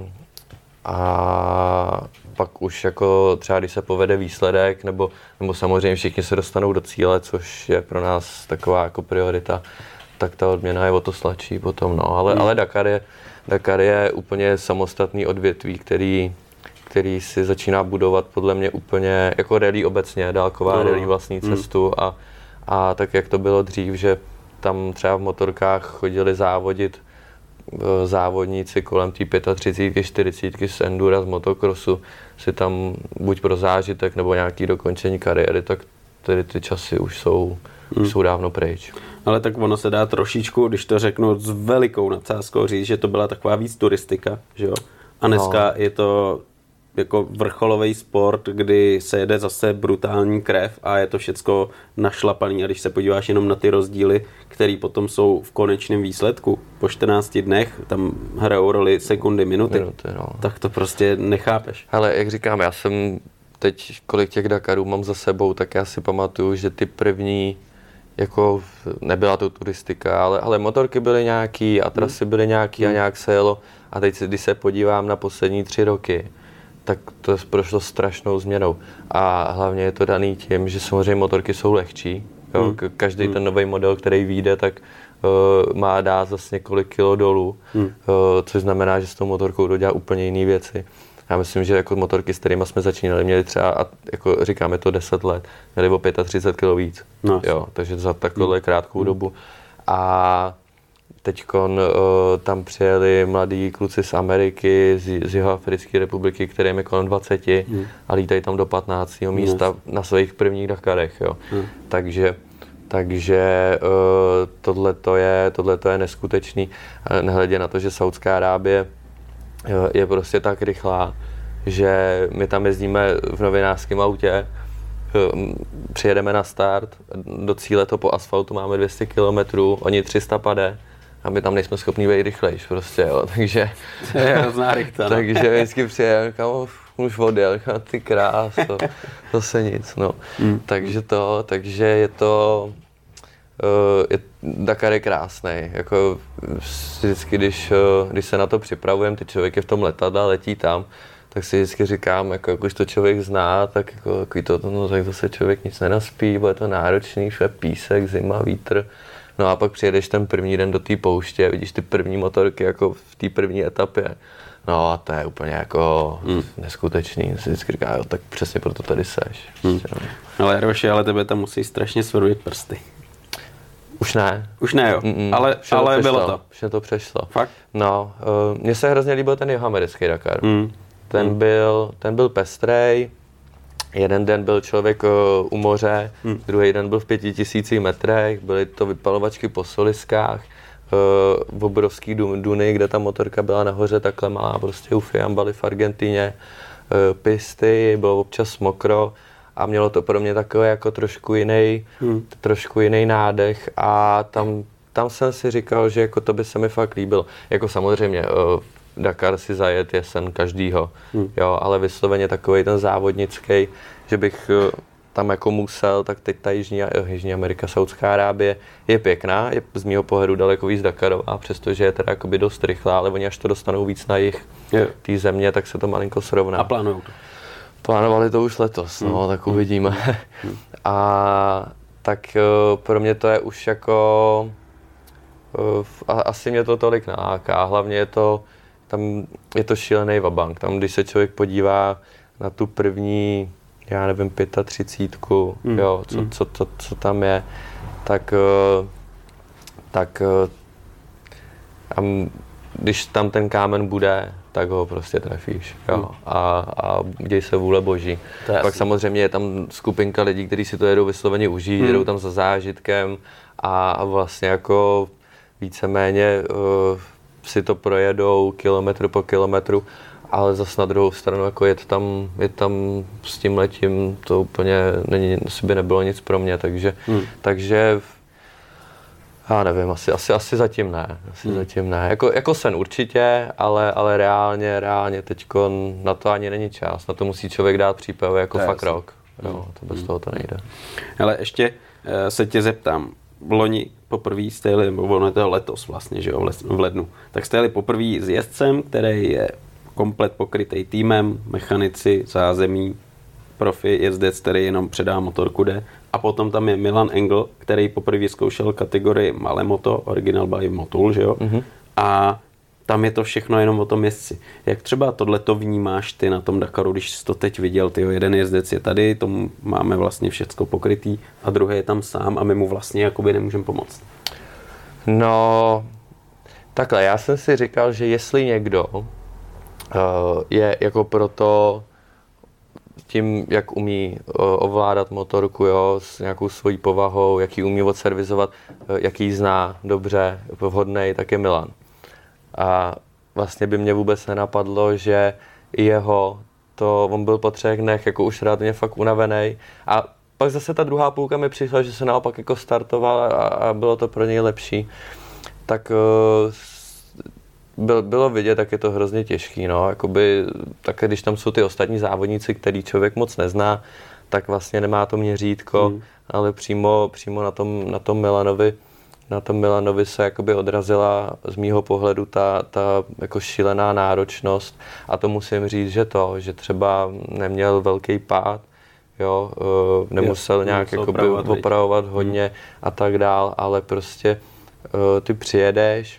[SPEAKER 2] pak už jako třeba když se povede výsledek, nebo samozřejmě všichni se dostanou do cíle, což je pro nás taková jako priorita, tak ta odměna je o to sladší potom, no. Ale Dakar je úplně samostatný odvětví, který si začíná budovat podle mě úplně jako rally obecně, dálková rally vlastní cestu a tak, jak to bylo dřív, že tam třeba v motorkách chodili závodit závodníci kolem té 35, 40 z endura, z motocrossu, si tam buď pro zážitek nebo nějaký dokončení kariéry, tak tedy ty časy už jsou dávno pryč.
[SPEAKER 1] Ale tak ono se dá trošičku, když to řeknu s velikou nadsázkou, říct, že to byla taková víc turistika, že jo? A dneska je to jako vrcholový sport, kdy se jede zase brutální krev a je to všecko našlapaný a když se podíváš jenom na ty rozdíly, které potom jsou v konečném výsledku, po 14 dnech tam hrajou roli sekundy, minuty, tak to prostě nechápeš.
[SPEAKER 2] Ale jak říkám, já jsem teď, kolik těch Dakarů mám za sebou, tak já si pamatuju, že ty první, jako nebyla to turistika, ale motorky byly nějaký a trasy byly nějaký a nějak se jelo a teď, když se podívám na poslední 3 roky, tak to prošlo strašnou změnou. A hlavně je to daný tím, že samozřejmě motorky jsou lehčí. Jo? Každý ten nový model, který vyjde, tak má dát zase několik kilo dolů, což znamená, že s tou motorkou dodělá úplně jiné věci. Já myslím, že jako motorky, s kterými jsme začínali, měli třeba, jako říkáme to 10 let, měli o 35 kg víc.
[SPEAKER 1] No.
[SPEAKER 2] Jo, takže za takovou krátkou dobu. A teďkon tam přijeli mladí kluci z Ameriky, z Jihoafrické republiky, kterým je kolem 20 a lítají tam do 15. místa na svých prvních Dakarech. Jo. Takže tohleto je neskutečný. Nehledě na to, že Saudská Arábie je prostě tak rychlá, že my tam jezdíme v novinářském autě, přijedeme na start, do cíle to po asfaltu máme 200 km, oni 300 pade a my tam nejsme schopní být rychlejš prostě, jo, takže...
[SPEAKER 1] To je hrozná rychta, no.
[SPEAKER 2] Takže vždycky přijedeme, kam už odjel, ty krás, to se nic, no. Takže je to... Dakar je krásný, jako vždycky, když se na to připravujeme, ty člověk je v tom letadle a letí tam, tak si vždycky říkám, jako když to člověk zná, tak tak zase člověk nic nenaspí, bude to náročný, vše písek, zima, vítr. No a pak přijedeš ten první den do té pouště, vidíš ty první motorky jako v té první etapě. No a to je úplně jako neskutečný, si vždycky říká, jo, tak přesně proto tady seš.
[SPEAKER 1] Ale Roši, ale tebe tam musí strašně svrvit prsty.
[SPEAKER 2] Už ne,
[SPEAKER 1] jo, ale bylo to.
[SPEAKER 2] Už to přešlo.
[SPEAKER 1] Fakt?
[SPEAKER 2] No, mně se hrozně líbil ten jihoamerický Dakar. Ten byl pestrej, jeden den byl člověk u moře, druhý den byl v 5000 metrech, byly to vypalovačky po soliskách, obrovský duny, kde ta motorka byla nahoře takhle malá, prostě u Fiambaly v Argentině, pisty, bylo občas mokro. A mělo to pro mě takový jako trošku jiný nádech a tam jsem si říkal, že jako to by se mi fakt líbilo. Jako samozřejmě Dakar si zajet je sen každýho, jo, ale vysloveně takovej ten závodnický, že bych tam jako musel, tak teď ta Jižní Amerika, Saudská Arábie je pěkná, je z mýho pohledu daleko víc Dakarová, přestože je teda jakoby dost rychlá, ale oni až to dostanou víc na jih té země, tak se to malinko srovná.
[SPEAKER 1] A plánujou to?
[SPEAKER 2] Plánovali to už letos, no, tak uvidíme. A tak pro mě to je už jako, asi mě to tolik naláká, hlavně je to šílený vabank. Tam, když se člověk podívá na tu první, já nevím, 35, jo, co tam je, tak když tam ten kámen bude, tak ho prostě trefíš, jo. A děj se vůle boží. Pak samozřejmě je tam skupinka lidí, kteří si to jedou vysloveně užít, jedou tam za zážitkem a vlastně jako víceméně si to projedou kilometr po kilometru, ale zase na druhou stranu jako jet tam s tím letím, to úplně by nebylo nic pro mě, takže Já nevím, asi zatím ne. Zatím ne. Jako sen určitě, ale reálně teďko na to ani není čas. Na to musí člověk dát přípravu jako fakt rok. No, to bez toho to nejde.
[SPEAKER 1] Ale ještě se tě zeptám. V loni poprvé jste jeli, nebo ono je to letos vlastně, že jo, v lednu, tak jste jeli poprvé s jezdcem, který je komplet pokrytý týmem, mechanici, zázemí, profi jezdec, který jenom předá motorku jde. A potom tam je Milan Engel, který poprvé zkoušel kategorii malé moto, original by Motul, že jo? Mm-hmm. A tam je to všechno jenom o tom jezdci. Jak třeba tohleto vnímáš ty na tom Dakaru, když jsi to teď viděl, tyjo, jeden jezdec je tady, tomu máme vlastně všecko pokrytý a druhý je tam sám a my mu vlastně jakoby nemůžeme pomoct.
[SPEAKER 2] No, takhle, já jsem si říkal, že jestli někdo je jako proto tím, jak umí ovládat motorku, jo, s nějakou svojí povahou, jak ji umí odservizovat, jak ji zná dobře, vhodnej, tak je Milan. A vlastně by mě vůbec nenapadlo, že on byl po 3 dnech jako už relativně fakt unavený. A pak zase ta druhá půlka mi přišla, že se naopak jako startoval a bylo to pro něj lepší. Tak bylo vidět, tak je to hrozně těžký, no, jakoby, tak když tam jsou ty ostatní závodníci, který člověk moc nezná, tak vlastně nemá to měřítko, ale přímo na tom Milanovi se jakoby odrazila z mýho pohledu ta jako šílená náročnost a to musím říct, že třeba neměl velký pád, jo, nemusel nějak jakoby opravovat hodně a tak dál, ale prostě ty přijedeš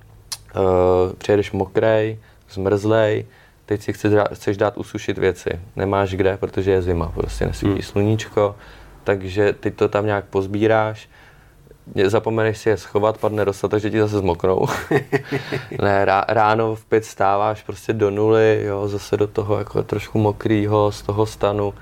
[SPEAKER 2] mokrej, zmrzlej, teď si chceš dát usušit věci. Nemáš kde, protože je zima, prostě nesvítí sluníčko, takže teď to tam nějak pozbíráš, zapomeneš si je schovat, padne dostatek, že ti zase zmoknou. Ne, ráno v 5 stáváš prostě do 0, jo, zase do toho jako trošku mokrýho, z toho stanu.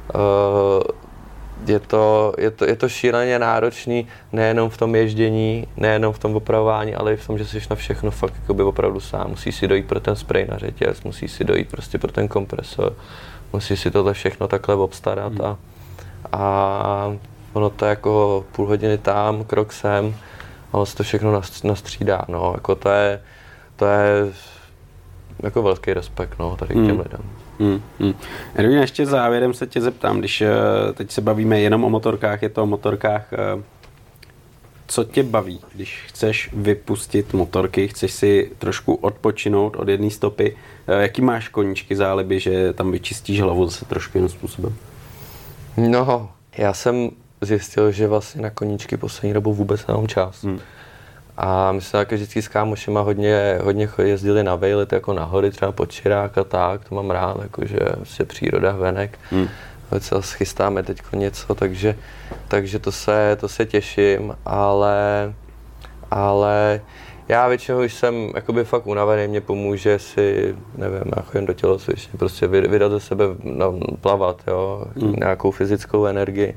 [SPEAKER 2] Je to šíleně náročný, nejenom v tom ježdění, nejenom v tom opravování, ale i v tom, že jsi na všechno fakt jakoby opravdu sám. Musíš si dojít pro ten sprej na řetěz, musíš si dojít prostě pro ten kompresor, musíš si tohle všechno takhle obstarat a ono to je jako půl hodiny tam, krok sem a on se to všechno nastřídá, no, jako to je jako velký respekt, no, tady k těm lidem.
[SPEAKER 1] Erwin, ještě závěrem se tě zeptám, když teď se bavíme jenom o motorkách, je to o motorkách, co tě baví, když chceš vypustit motorky, chceš si trošku odpočinout od jedné stopy, jaký máš koníčky, záliby, že tam vyčistíš hlavu zase trošku jiným způsobem?
[SPEAKER 2] No, já jsem zjistil, že vlastně na koníčky poslední dobou vůbec nemám čas. A my jsme vždycky s kámošema hodně jezdili na vejlety, jako na hory, třeba pod Čirák a tak, to mám rád, jakože vlastně příroda, venek. Se chystáme teď něco, takže to se těším, ale já většinou, když jsem jakoby fakt unavený, mě pomůže si, nevím, já chodím do tělocvičny, prostě vydat ze sebe plavat, jo, nějakou fyzickou energii.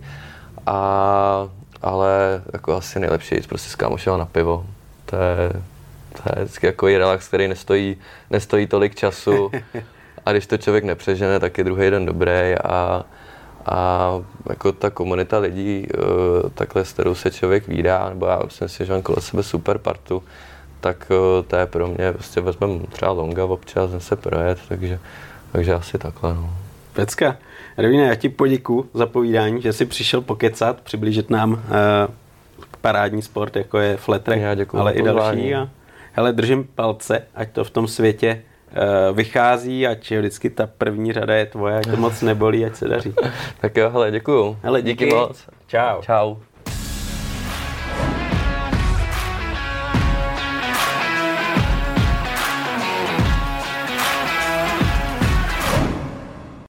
[SPEAKER 2] Ale jako asi nejlepší jít prostě s kámošema na pivo. To je vždycky takový relax, který nestojí tolik času a když to člověk nepřežene, tak je druhý den dobrý a jako ta komunita lidí, takhle s kterou se člověk vídá, nebo já myslím si, že mám kolem sebe super partu, tak to je pro mě, prostě vezmeme třeba longa občas, se projet, takže asi takhle, no.
[SPEAKER 1] Pecka. Erwine, já ti poděkuju za povídání, že jsi přišel pokecat, přiblížit nám parádní sport, jako je flat track, ale i další. A, hele, držím palce, ať to v tom světě vychází, ať vždycky ta první řada je tvoje, ať to moc nebolí, ať se daří.
[SPEAKER 2] Tak jo, hele, děkuju.
[SPEAKER 1] Hele, díky moc.
[SPEAKER 2] Čau.